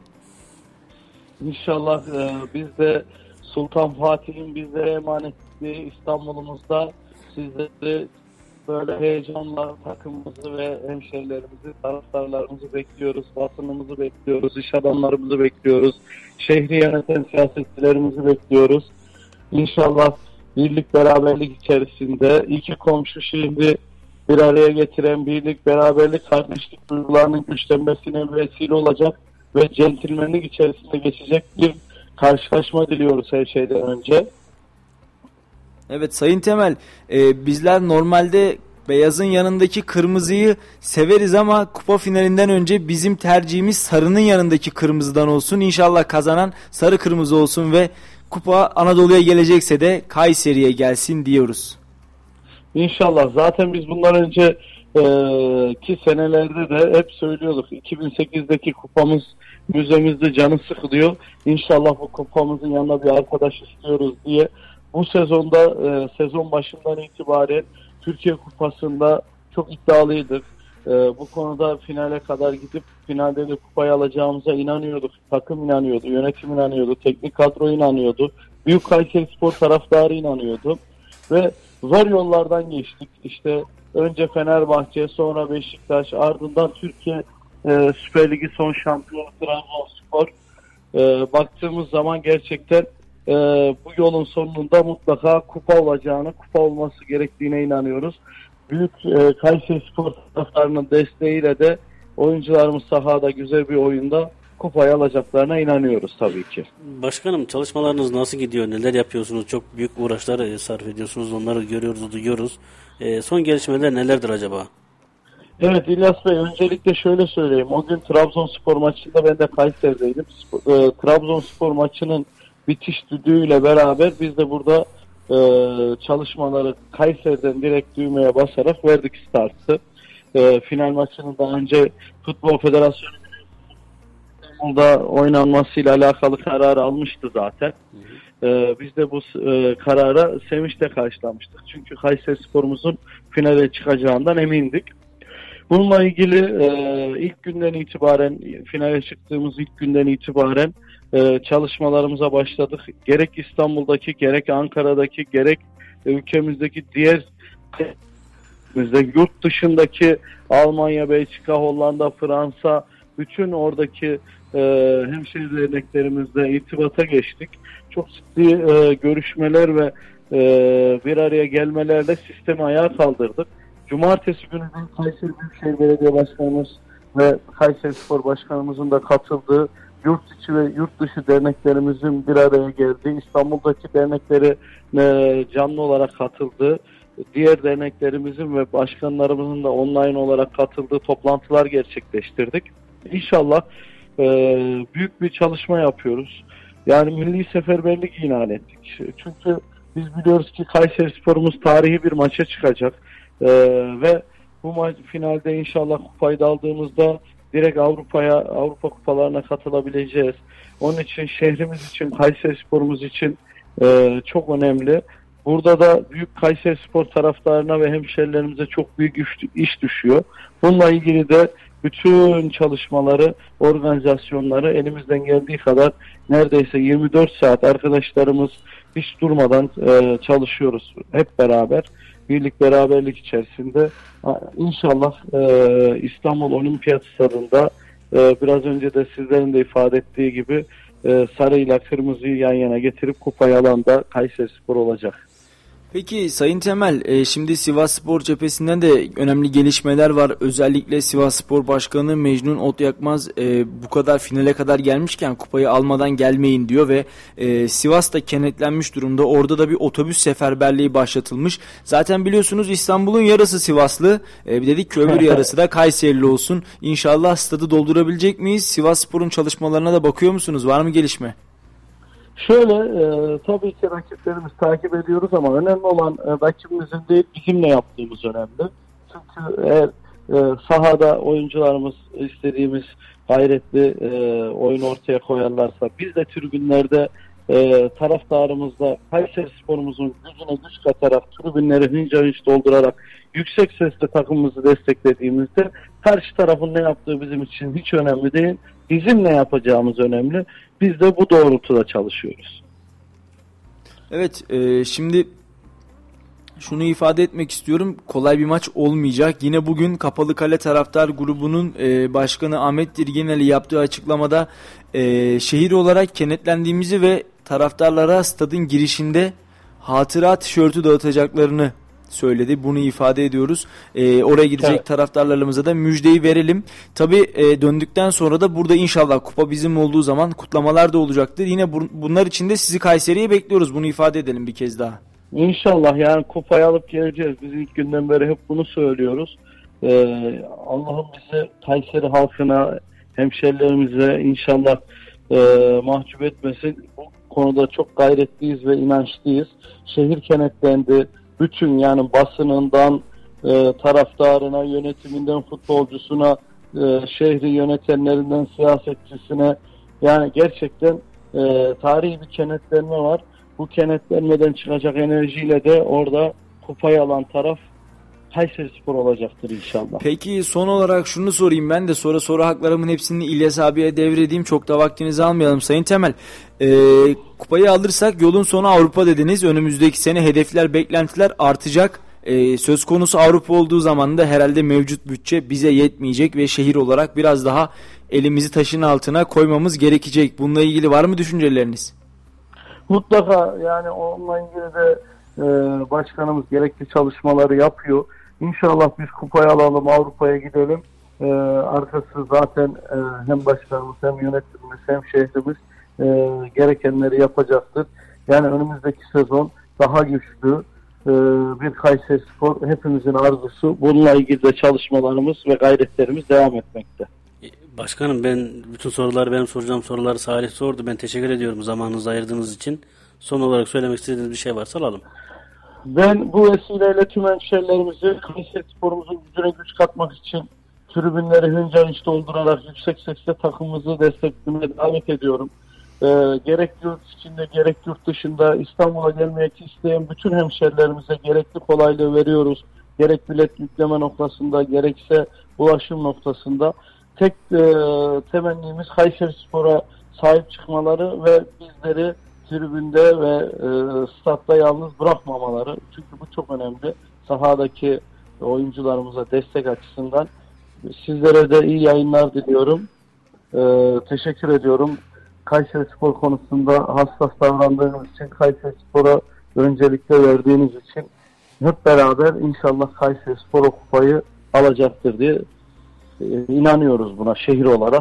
İnşallah e, biz de Sultan Fatih'in bizlere emanet ettiği İstanbul'umuzda sizleri böyle heyecanla takımımızı ve hemşehrilerimizi, taraftarlarımızı bekliyoruz, basınımızı bekliyoruz, iş adamlarımızı bekliyoruz, şehri yöneten siyasetçilerimizi bekliyoruz. İnşallah birlik beraberlik içerisinde iki komşu şehri bir araya getiren, birlik, beraberlik, kardeşlik duygularının güçlenmesine vesile olacak ve centilmenlik içerisinde geçecek bir karşılaşma diliyoruz her şeyden önce. Evet Sayın Temel, e, bizler normalde beyazın yanındaki kırmızıyı severiz ama kupa finalinden önce bizim tercihimiz sarının yanındaki kırmızıdan olsun. İnşallah kazanan sarı kırmızı olsun ve kupa Anadolu'ya gelecekse de Kayseri'ye gelsin diyoruz. İnşallah. Zaten biz bundan önce e, ki senelerde de hep söylüyorduk. iki bin sekizdeki kupamız müzemizde canı sıkılıyor. İnşallah bu kupamızın yanına bir arkadaş istiyoruz diye. Bu sezonda e, sezon başından itibaren Türkiye Kupası'nda çok iddialıydık. E, bu konuda finale kadar gidip finalde de kupayı alacağımıza inanıyorduk. Takım inanıyordu, yönetim inanıyordu, teknik kadro inanıyordu. Büyük Kayserispor taraftarı inanıyordu. Ve zor yollardan geçtik. İşte önce Fenerbahçe, sonra Beşiktaş, ardından Türkiye e, Süper Ligi son şampiyonu Trabzonspor. E, baktığımız zaman gerçekten e, bu yolun sonunda mutlaka kupa olacağını, kupa olması gerektiğine inanıyoruz. Büyük e, Kayserispor taraftarının desteğiyle de oyuncularımız sahada güzel bir oyunda kupayı alacaklarına inanıyoruz tabii ki. Başkanım, çalışmalarınız nasıl gidiyor? Neler yapıyorsunuz? Çok büyük uğraşlar sarf ediyorsunuz. Onları görüyoruz, duyuyoruz. E, son gelişmeler nelerdir acaba? Evet İlyas Bey, öncelikle şöyle söyleyeyim. O gün Trabzonspor maçında ben de Kayseri'deydim. E, Trabzonspor maçının bitiş düdüğüyle beraber biz de burada e, çalışmaları Kayseri'den direkt düğmeye basarak verdik startı. E, final maçının daha önce Futbol Federasyonu İstanbul'da oynanmasıyla alakalı kararı almıştı zaten. Ee, biz de bu e, karara sevinçle karşılamıştık. Çünkü Kayserispor'umuzun finale çıkacağından emindik. Bununla ilgili e, ilk günden itibaren, finale çıktığımız ilk günden itibaren e, çalışmalarımıza başladık. Gerek İstanbul'daki, gerek Ankara'daki, gerek ülkemizdeki diğer yurt dışındaki Almanya, Belçika, Hollanda, Fransa, bütün oradaki e, hemşire derneklerimizle irtibata geçtik. Çok ciddi e, görüşmeler ve e, bir araya gelmelerle sistemi ayağa kaldırdık. Cumartesi günü Kayseri Büyükşehir Belediye Başkanımız ve Kayserispor Başkanımızın da katıldığı yurt içi ve yurt dışı derneklerimizin bir araya geldiği, İstanbul'daki dernekleri e, canlı olarak katıldığı, diğer derneklerimizin ve başkanlarımızın da online olarak katıldığı toplantılar gerçekleştirdik. İnşallah e, büyük bir çalışma yapıyoruz. Yani milli seferberlik ilan ettik. Çünkü biz biliyoruz ki Kayserispor'umuz tarihi bir maça çıkacak. E, ve bu maç finalde inşallah kupayı da aldığımızda direkt Avrupa'ya, Avrupa kupalarına katılabileceğiz. Onun için şehrimiz için, Kayserispor'umuz için e, çok önemli. Burada da büyük Kayserispor taraftarına ve hemşerilerimize çok büyük iş düşüyor. Bununla ilgili de bütün çalışmaları, organizasyonları elimizden geldiği kadar neredeyse yirmi dört saat arkadaşlarımız hiç durmadan e, çalışıyoruz. Hep beraber, birlik beraberlik içerisinde. İnşallah e, İstanbul Olimpiyat Stadı'nda e, biraz önce de sizlerin de ifade ettiği gibi e, sarıyla kırmızıyı yan yana getirip kupayı alan da Kayserispor olacak. Peki Sayın Temel, e, şimdi Sivasspor cephesinden de önemli gelişmeler var. Özellikle Sivasspor Başkanı Mecnun Otyakmaz e, bu kadar finale kadar gelmişken kupayı almadan gelmeyin diyor ve e, Sivas da kenetlenmiş durumda. Orada da bir otobüs seferberliği başlatılmış. Zaten biliyorsunuz İstanbul'un yarısı Sivaslı. E, dedik ki öbür yarısı da Kayserili olsun. İnşallah stadı doldurabilecek miyiz? Sivasspor'un çalışmalarına da bakıyor musunuz? Var mı gelişme? Şöyle, e, tabii ki rakiplerimiz takip ediyoruz ama önemli olan e, rakibimizin değil, bizimle yaptığımız önemli. Çünkü eğer e, sahada oyuncularımız istediğimiz gayretli e, oyun ortaya koyarlarsa, biz de tribünlerde e, taraftarımızla Kayserispor'umuzun gücüne güç katarak, tribünleri hınca hınç doldurarak yüksek sesle takımımızı desteklediğimizde karşı tarafın ne yaptığı bizim için hiç önemli değil. Bizim ne yapacağımız önemli. Biz de bu doğrultuda çalışıyoruz. Evet, e, şimdi şunu ifade etmek istiyorum. Kolay bir maç olmayacak. Yine bugün Kapalı Kale Taraftar Grubu'nun e, başkanı Ahmet Dirgeneli yaptığı açıklamada e, şehir olarak kenetlendiğimizi ve taraftarlara stadın girişinde hatıra tişörtü dağıtacaklarını söyledi. Bunu ifade ediyoruz. Ee, oraya gidecek evet. taraftarlarımıza da müjdeyi verelim. Tabii e, döndükten sonra da burada inşallah kupa bizim olduğu zaman kutlamalar da olacaktır. Yine bu, bunlar için de sizi Kayseri'ye bekliyoruz. Bunu ifade edelim bir kez daha. İnşallah, yani kupayı alıp geleceğiz. Biz ilk günden beri hep bunu söylüyoruz. Ee, Allah'ım bizi Kayseri halkına, hemşerilerimize inşallah e, mahcup etmesin. Bu konuda çok gayretliyiz ve inançlıyız. Şehir kenetlendi. Bütün, yani basınından e, taraftarına, yönetiminden futbolcusuna, e, şehri yönetenlerinden siyasetçisine, yani gerçekten e, tarihi bir kenetlenme var. Bu kenetlenmeden çıkacak enerjiyle de orada kupayı alan taraf Kayserispor olacaktır inşallah. Peki son olarak şunu sorayım, ben de sonra soru haklarımın hepsini İlyas abiye devredeyim, çok da vaktinizi almayalım Sayın Temel. Ee, kupayı alırsak yolun sonu Avrupa dediniz. Önümüzdeki sene hedefler, beklentiler artacak. Ee, söz konusu Avrupa olduğu zaman da herhalde mevcut bütçe bize yetmeyecek ve şehir olarak biraz daha elimizi taşın altına koymamız gerekecek. Bununla ilgili var mı düşünceleriniz? Mutlaka, yani onunla ilgili de e, başkanımız gerekli çalışmaları yapıyor. İnşallah biz kupayı alalım, Avrupa'ya gidelim. e, arkası zaten e, hem başkanımız hem yönetimimiz hem şehrimiz e, gerekenleri yapacaktır. Yani önümüzdeki sezon daha güçlü e, bir Kayserispor hepimizin arzusu. Bununla ilgili de çalışmalarımız ve gayretlerimiz devam etmekte. Başkanım, ben bütün soruları, benim soracağım soruları Salih sordu. Ben teşekkür ediyorum zamanınızı ayırdığınız için. Son olarak söylemek istediğiniz bir şey varsa alalım. Ben bu vesileyle tüm hemşehrilerimizi Kayserispor'umuzun gücüne güç katmak için tribünleri hınca hınç doldurarak yüksek sesle takımımızı desteklemeye davet ediyorum. Ee, gerek yurt içinde gerek yurt dışında İstanbul'a gelmek isteyen bütün hemşehrilerimize gerekli kolaylığı veriyoruz. Gerek bilet yükleme noktasında gerekse ulaşım noktasında. Tek e, temennimiz Kayserispor'a sahip çıkmaları ve bizleri tribünde ve e, statta yalnız bırakmamaları. Çünkü bu çok önemli. Sahadaki oyuncularımıza destek açısından. Sizlere de iyi yayınlar diliyorum. E, teşekkür ediyorum. Kayserispor konusunda hassas davrandığınız için, Kayserispor'a öncelikle verdiğiniz için hep beraber inşallah Kayserispor o kupayı alacaktır diye e, inanıyoruz buna şehir olarak.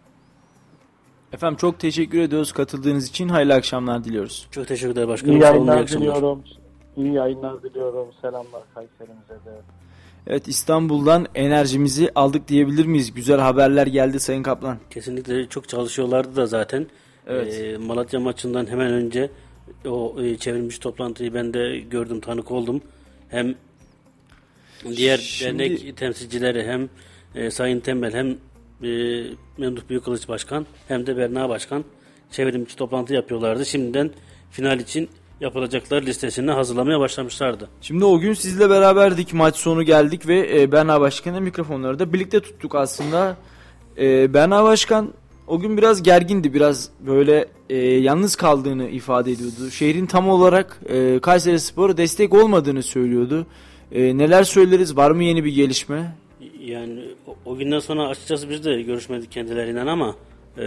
Efendim çok teşekkür ediyoruz katıldığınız için. Hayırlı akşamlar diliyoruz. Çok teşekkür ederim başkanım. İyi yayınlar diliyorum. İyi yayınlar diliyorum. Selamlar Kayserimize de. Evet, İstanbul'dan enerjimizi aldık diyebilir miyiz? Güzel haberler geldi Sayın Kaplan. Kesinlikle çok çalışıyorlardı da zaten. Evet. E, Malatya maçından hemen önce o e, çevrilmiş toplantıyı ben de gördüm, tanık oldum. Hem diğer Şimdi... dernek temsilcileri hem e, Sayın Tembel hem e, Memduh Büyükkılıç Başkan hem de Berna Başkan çevrimçi toplantı yapıyorlardı. Şimdiden final için yapılacaklar listesini hazırlamaya başlamışlardı. Şimdi o gün sizle beraberdik, maç sonu geldik ve e, Berna Başkan'ın mikrofonları da birlikte tuttuk aslında. E, Berna Başkan o gün biraz gergindi, biraz böyle e, yalnız kaldığını ifade ediyordu. Şehrin tam olarak e, Kayserispor'a destek olmadığını söylüyordu. E, neler söyleriz, var mı yeni bir gelişme? Yani o, o günden sonra açıkçası biz de görüşmedik kendilerinden ama e,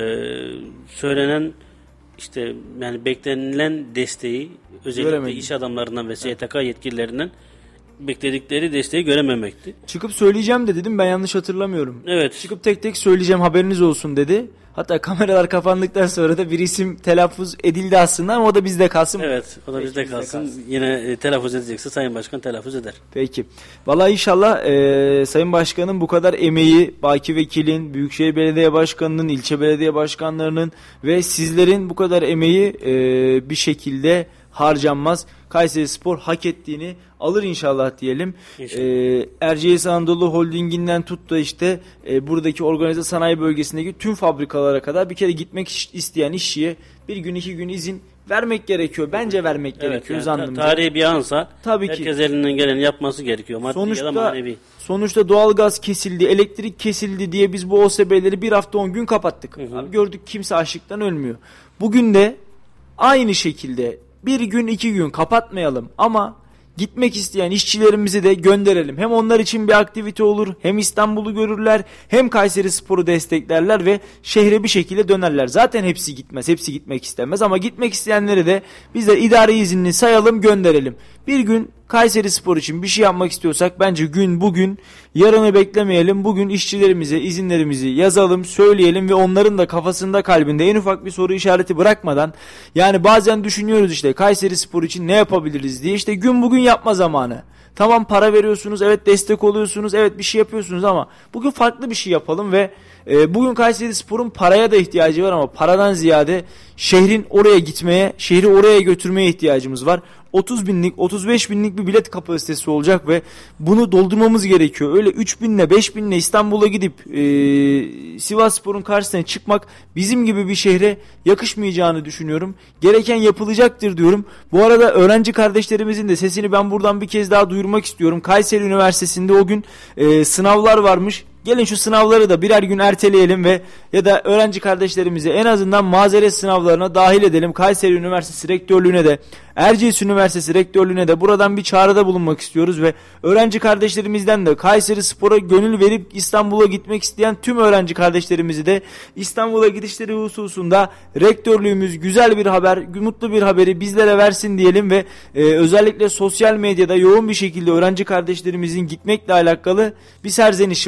söylenen işte yani beklenilen desteği özellikle Göremedim. iş adamlarından ve S T K yetkililerinden bekledikleri desteği görememekti. Çıkıp söyleyeceğim de dedim, ben yanlış hatırlamıyorum. Evet. Çıkıp tek tek söyleyeceğim, haberiniz olsun dedi. Hatta kameralar kapandıktan sonra da bir isim telaffuz edildi aslında ama o da bizde kalsın. Evet, o da Peki, bizde bizde kalsın. kalsın. Yine e, telaffuz edecekse Sayın Başkan telaffuz eder. Peki. Vallahi inşallah e, Sayın Başkan'ın bu kadar emeği, Baki Vekil'in, Büyükşehir Belediye Başkanı'nın, ilçe belediye başkanlarının ve sizlerin bu kadar emeği e, bir şekilde harcanmaz. Kayserispor hak ettiğini alır inşallah diyelim. İnşallah. Ee, Erciyes Anadolu Holding'inden tut da işte e, buradaki organize sanayi bölgesindeki tüm fabrikalara kadar bir kere gitmek isteyen işçiye bir gün iki gün izin vermek gerekiyor. Bence vermek Evet, gerekiyor yani zannımca. tarihi bir ansa Tabii herkes ki. elinden geleni yapması gerekiyor. Maddi Sonuçta, ya da manevi. sonuçta doğalgaz kesildi, elektrik kesildi diye biz bu O S B'leri bir hafta on gün kapattık. Hı hı. Abi gördük, kimse açlıktan ölmüyor. Bugün de aynı şekilde bir gün iki gün kapatmayalım ama gitmek isteyen işçilerimizi de gönderelim. Hem onlar için bir aktivite olur, hem İstanbul'u görürler, hem Kayserispor'u desteklerler ve şehre bir şekilde dönerler. Zaten hepsi gitmez, hepsi gitmek istemez ama gitmek isteyenleri de biz de idari izinli sayalım, gönderelim. Bir gün Kayserispor için bir şey yapmak istiyorsak bence gün bugün, yarını beklemeyelim. Bugün işçilerimize izinlerimizi yazalım, söyleyelim ve onların da kafasında, kalbinde en ufak bir soru işareti bırakmadan, yani bazen düşünüyoruz işte Kayserispor için ne yapabiliriz diye, işte gün bugün yapma zamanı. Tamam, para veriyorsunuz, evet destek oluyorsunuz, evet bir şey yapıyorsunuz ama bugün farklı bir şey yapalım ve e, bugün Kayserispor'un paraya da ihtiyacı var ama paradan ziyade şehrin oraya gitmeye, şehri oraya götürmeye ihtiyacımız var. otuz binlik, otuz beş binlik bir bilet kapasitesi olacak ve bunu doldurmamız gerekiyor. Öyle üç binle, beş binle İstanbul'a gidip e, Sivasspor'un karşısına çıkmak bizim gibi bir şehre yakışmayacağını düşünüyorum. Gereken yapılacaktır diyorum. Bu arada öğrenci kardeşlerimizin de sesini ben buradan bir kez daha duyurmak istiyorum. Kayseri Üniversitesi'nde o gün e, sınavlar varmış. Gelin şu sınavları da birer gün erteleyelim ve ya da öğrenci kardeşlerimizi en azından mazeret sınavlarına dahil edelim. Kayseri Üniversitesi Rektörlüğü'ne de, Erciyes Üniversitesi Rektörlüğü'ne de buradan bir çağrıda bulunmak istiyoruz ve öğrenci kardeşlerimizden de Kayserispor'a gönül verip İstanbul'a gitmek isteyen tüm öğrenci kardeşlerimizi de İstanbul'a gidişleri hususunda rektörlüğümüz güzel bir haber, mutlu bir haberi bizlere versin diyelim ve e, özellikle sosyal medyada yoğun bir şekilde öğrenci kardeşlerimizin gitmekle alakalı bir serzenişi var.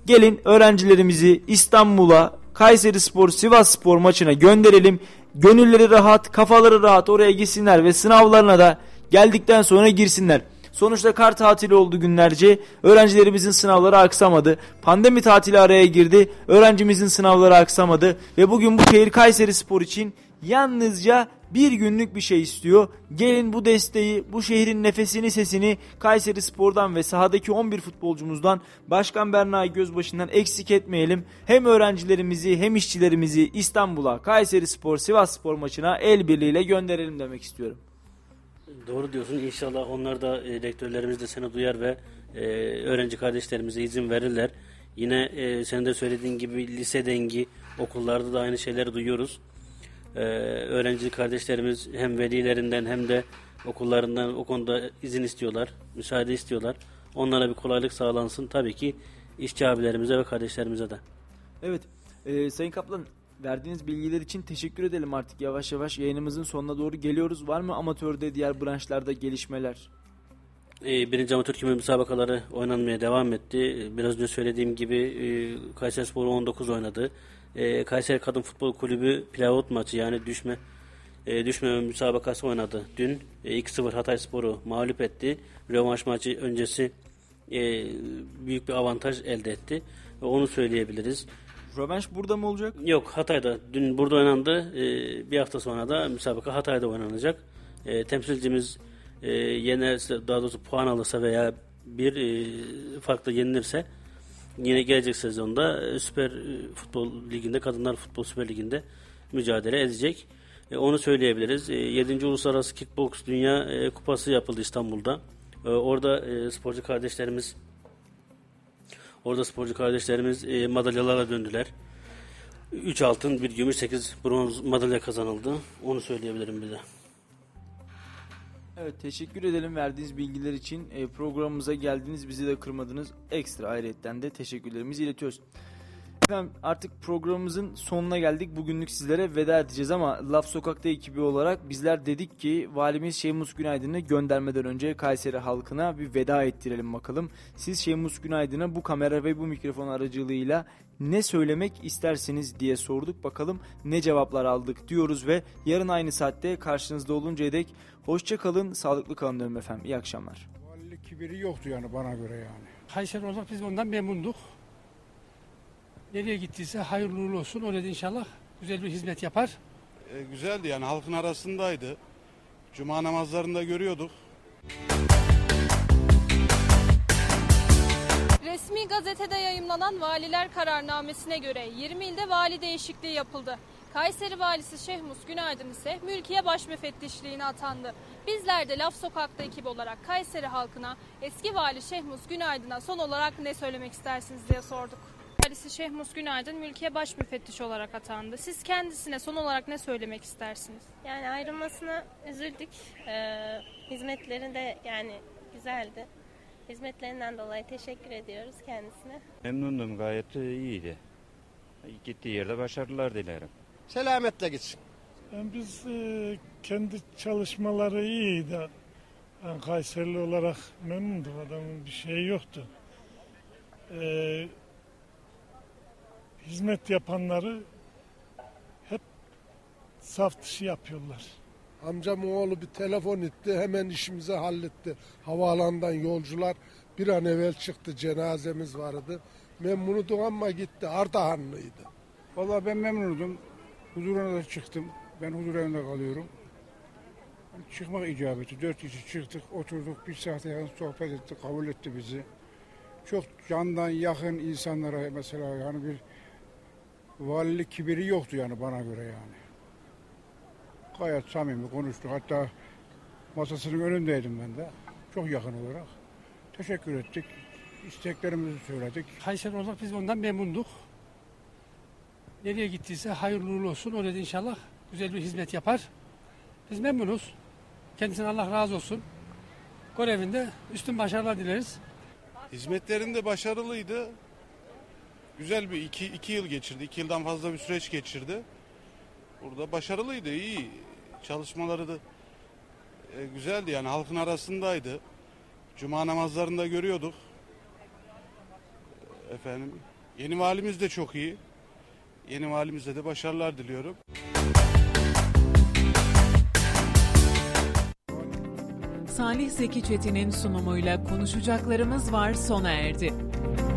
Gelin öğrencilerimizi İstanbul'a, Kayserispor Sivasspor maçına gönderelim. Gönülleri rahat, kafaları rahat oraya gitsinler ve sınavlarına da geldikten sonra girsinler. Sonuçta kar tatili oldu günlerce. Öğrencilerimizin sınavları aksamadı. Pandemi tatili araya girdi. Öğrencimizin sınavları aksamadı. Ve bugün bu şehir Kayserispor için yalnızca bir günlük bir şey istiyor. Gelin bu desteği, bu şehrin nefesini, sesini Kayserispor'dan ve sahadaki on bir futbolcumuzdan, Başkan Berna Gözbaşı'ndan eksik etmeyelim. Hem öğrencilerimizi hem işçilerimizi İstanbul'a, Kayserispor Sivasspor maçına el birliğiyle gönderelim demek istiyorum. Doğru diyorsun. İnşallah onlar da e, rektörlerimiz de seni duyar ve e, öğrenci kardeşlerimize izin verirler. Yine e, senin de söylediğin gibi lise dengi okullarda da aynı şeyleri duyuyoruz. E, öğrenci kardeşlerimiz hem velilerinden hem de okullarından o konuda izin istiyorlar, müsaade istiyorlar. Onlara bir kolaylık sağlansın. Tabii ki işçi abilerimize ve kardeşlerimize de. Evet, e, Sayın Kaplan, verdiğiniz bilgiler için teşekkür edelim. Artık yavaş yavaş yayınımızın sonuna doğru geliyoruz. Var mı amatörde, diğer branşlarda gelişmeler? E, birinci amatör küme müsabakaları oynanmaya devam etti. Biraz önce söylediğim gibi e, Kayserispor on dokuz oynadı. E, Kayseri Kadın Futbol Kulübü playout maçı, yani düşme e, düşme müsabakası oynadı. Dün e, iki sıfır Hatayspor'u mağlup etti. Rövanş maçı öncesi e, büyük bir avantaj elde etti. E, onu söyleyebiliriz. Rövanş burada mı olacak? Yok, Hatay'da. Dün burada oynandı. Ee, bir hafta sonra da müsabaka Hatay'da oynanacak. Ee, temsilcimiz e, yenerse, daha doğrusu puan alırsa veya bir e, farklı yenilirse yine gelecek sezonda e, Süper Futbol Ligi'nde, Kadınlar Futbol Süper Ligi'nde mücadele edecek. E, onu söyleyebiliriz. E, yedinci Uluslararası Kickbox Dünya e, Kupası yapıldı İstanbul'da. E, orada e, sporcu kardeşlerimiz Orada sporcu kardeşlerimiz e, madalyalara döndüler. üç altın, bir gümüş, sekiz bronz madalya kazanıldı. Onu söyleyebilirim bir de. Evet, teşekkür edelim verdiğiniz bilgiler için. E, programımıza geldiniz, bizi de kırmadınız. Ekstra ayrıyetten de teşekkürlerimizi iletiyoruz. Efendim, artık programımızın sonuna geldik. Bugünlük sizlere veda edeceğiz ama Laf Sokak'ta ekibi olarak bizler dedik ki Valimiz Şehmus Günaydın'ı göndermeden önce Kayseri halkına bir veda ettirelim bakalım. Siz Şehmus Günaydın'a bu kamera ve bu mikrofon aracılığıyla ne söylemek istersiniz diye sorduk. Bakalım ne cevaplar aldık diyoruz ve yarın aynı saatte karşınızda oluncaya dek hoşça kalın, sağlıklı kalın diyorum efendim. İyi akşamlar. Valilik kibiri yoktu yani bana göre yani. Kayseri olarak biz ondan memnunduk. Nereye gittiyse hayırlı uğurlu olsun. Öyle de inşallah güzel bir hizmet yapar. E, güzeldi yani, halkın arasındaydı. Cuma namazlarında görüyorduk. Resmi gazetede yayımlanan valiler kararnamesine göre yirmi ilde vali değişikliği yapıldı. Kayseri valisi Şehmus Günaydın ise mülkiye başmüfettişliğine atandı. Bizler de Laf Sokak'ta ekibi olarak Kayseri halkına eski vali Şehmus Günaydın'a son olarak ne söylemek istersiniz diye sorduk. Valisi Şehmus Günaydın mülkiye başmüfettiş olarak atandı. Siz kendisine son olarak ne söylemek istersiniz? Yani ayrılmasına üzüldük. Ee, hizmetleri de yani güzeldi. Hizmetlerinden dolayı teşekkür ediyoruz kendisine. Memnundum, gayet iyiydi. Gittiği yerde başarılar dilerim. Selametle gitsin. Yani biz e, kendi çalışmaları iyiydi. Yani Kayserili olarak memnunduk, adamın bir şeyi yoktu. Ee, hizmet yapanları hep saf dışı yapıyorlar. Amcamın oğlu bir telefon etti, hemen işimizi halletti. Havaalanından yolcular bir an evvel çıktı, cenazemiz vardı. Memnunudum ama gitti, Ardahanlıydı. Vallahi ben memnunum. Huzuruna da çıktım. Ben huzur evinde kalıyorum. Çıkmak icap etti. Dört kişi çıktık, oturduk, bir saate yakın sohbet etti, kabul etti bizi. Çok candan yakın insanlara mesela yani bir valilik kibiri yoktu yani bana göre yani. Gayet samimi konuştuk. Hatta masasının önündeydim ben de. Çok yakın olarak. Teşekkür ettik. İsteklerimizi söyledik. Kayseri olarak biz ondan memnunduk. Nereye gittiyse hayırlı uğurlu olsun. Öyle de inşallah güzel bir hizmet yapar. Biz memnunuz. Kendisine Allah razı olsun. Görevinde üstün başarılar dileriz. Hizmetlerinde başarılıydı. Güzel bir iki, iki yıl geçirdi. İki yıldan fazla bir süreç geçirdi. Burada başarılıydı, iyi. Çalışmaları da e, güzeldi yani, halkın arasındaydı. Cuma namazlarında görüyorduk. Efendim, yeni valimiz de çok iyi. Yeni valimize de başarılar diliyorum. Salih Zeki Çetin'in sunumuyla konuşacaklarımız var sona erdi.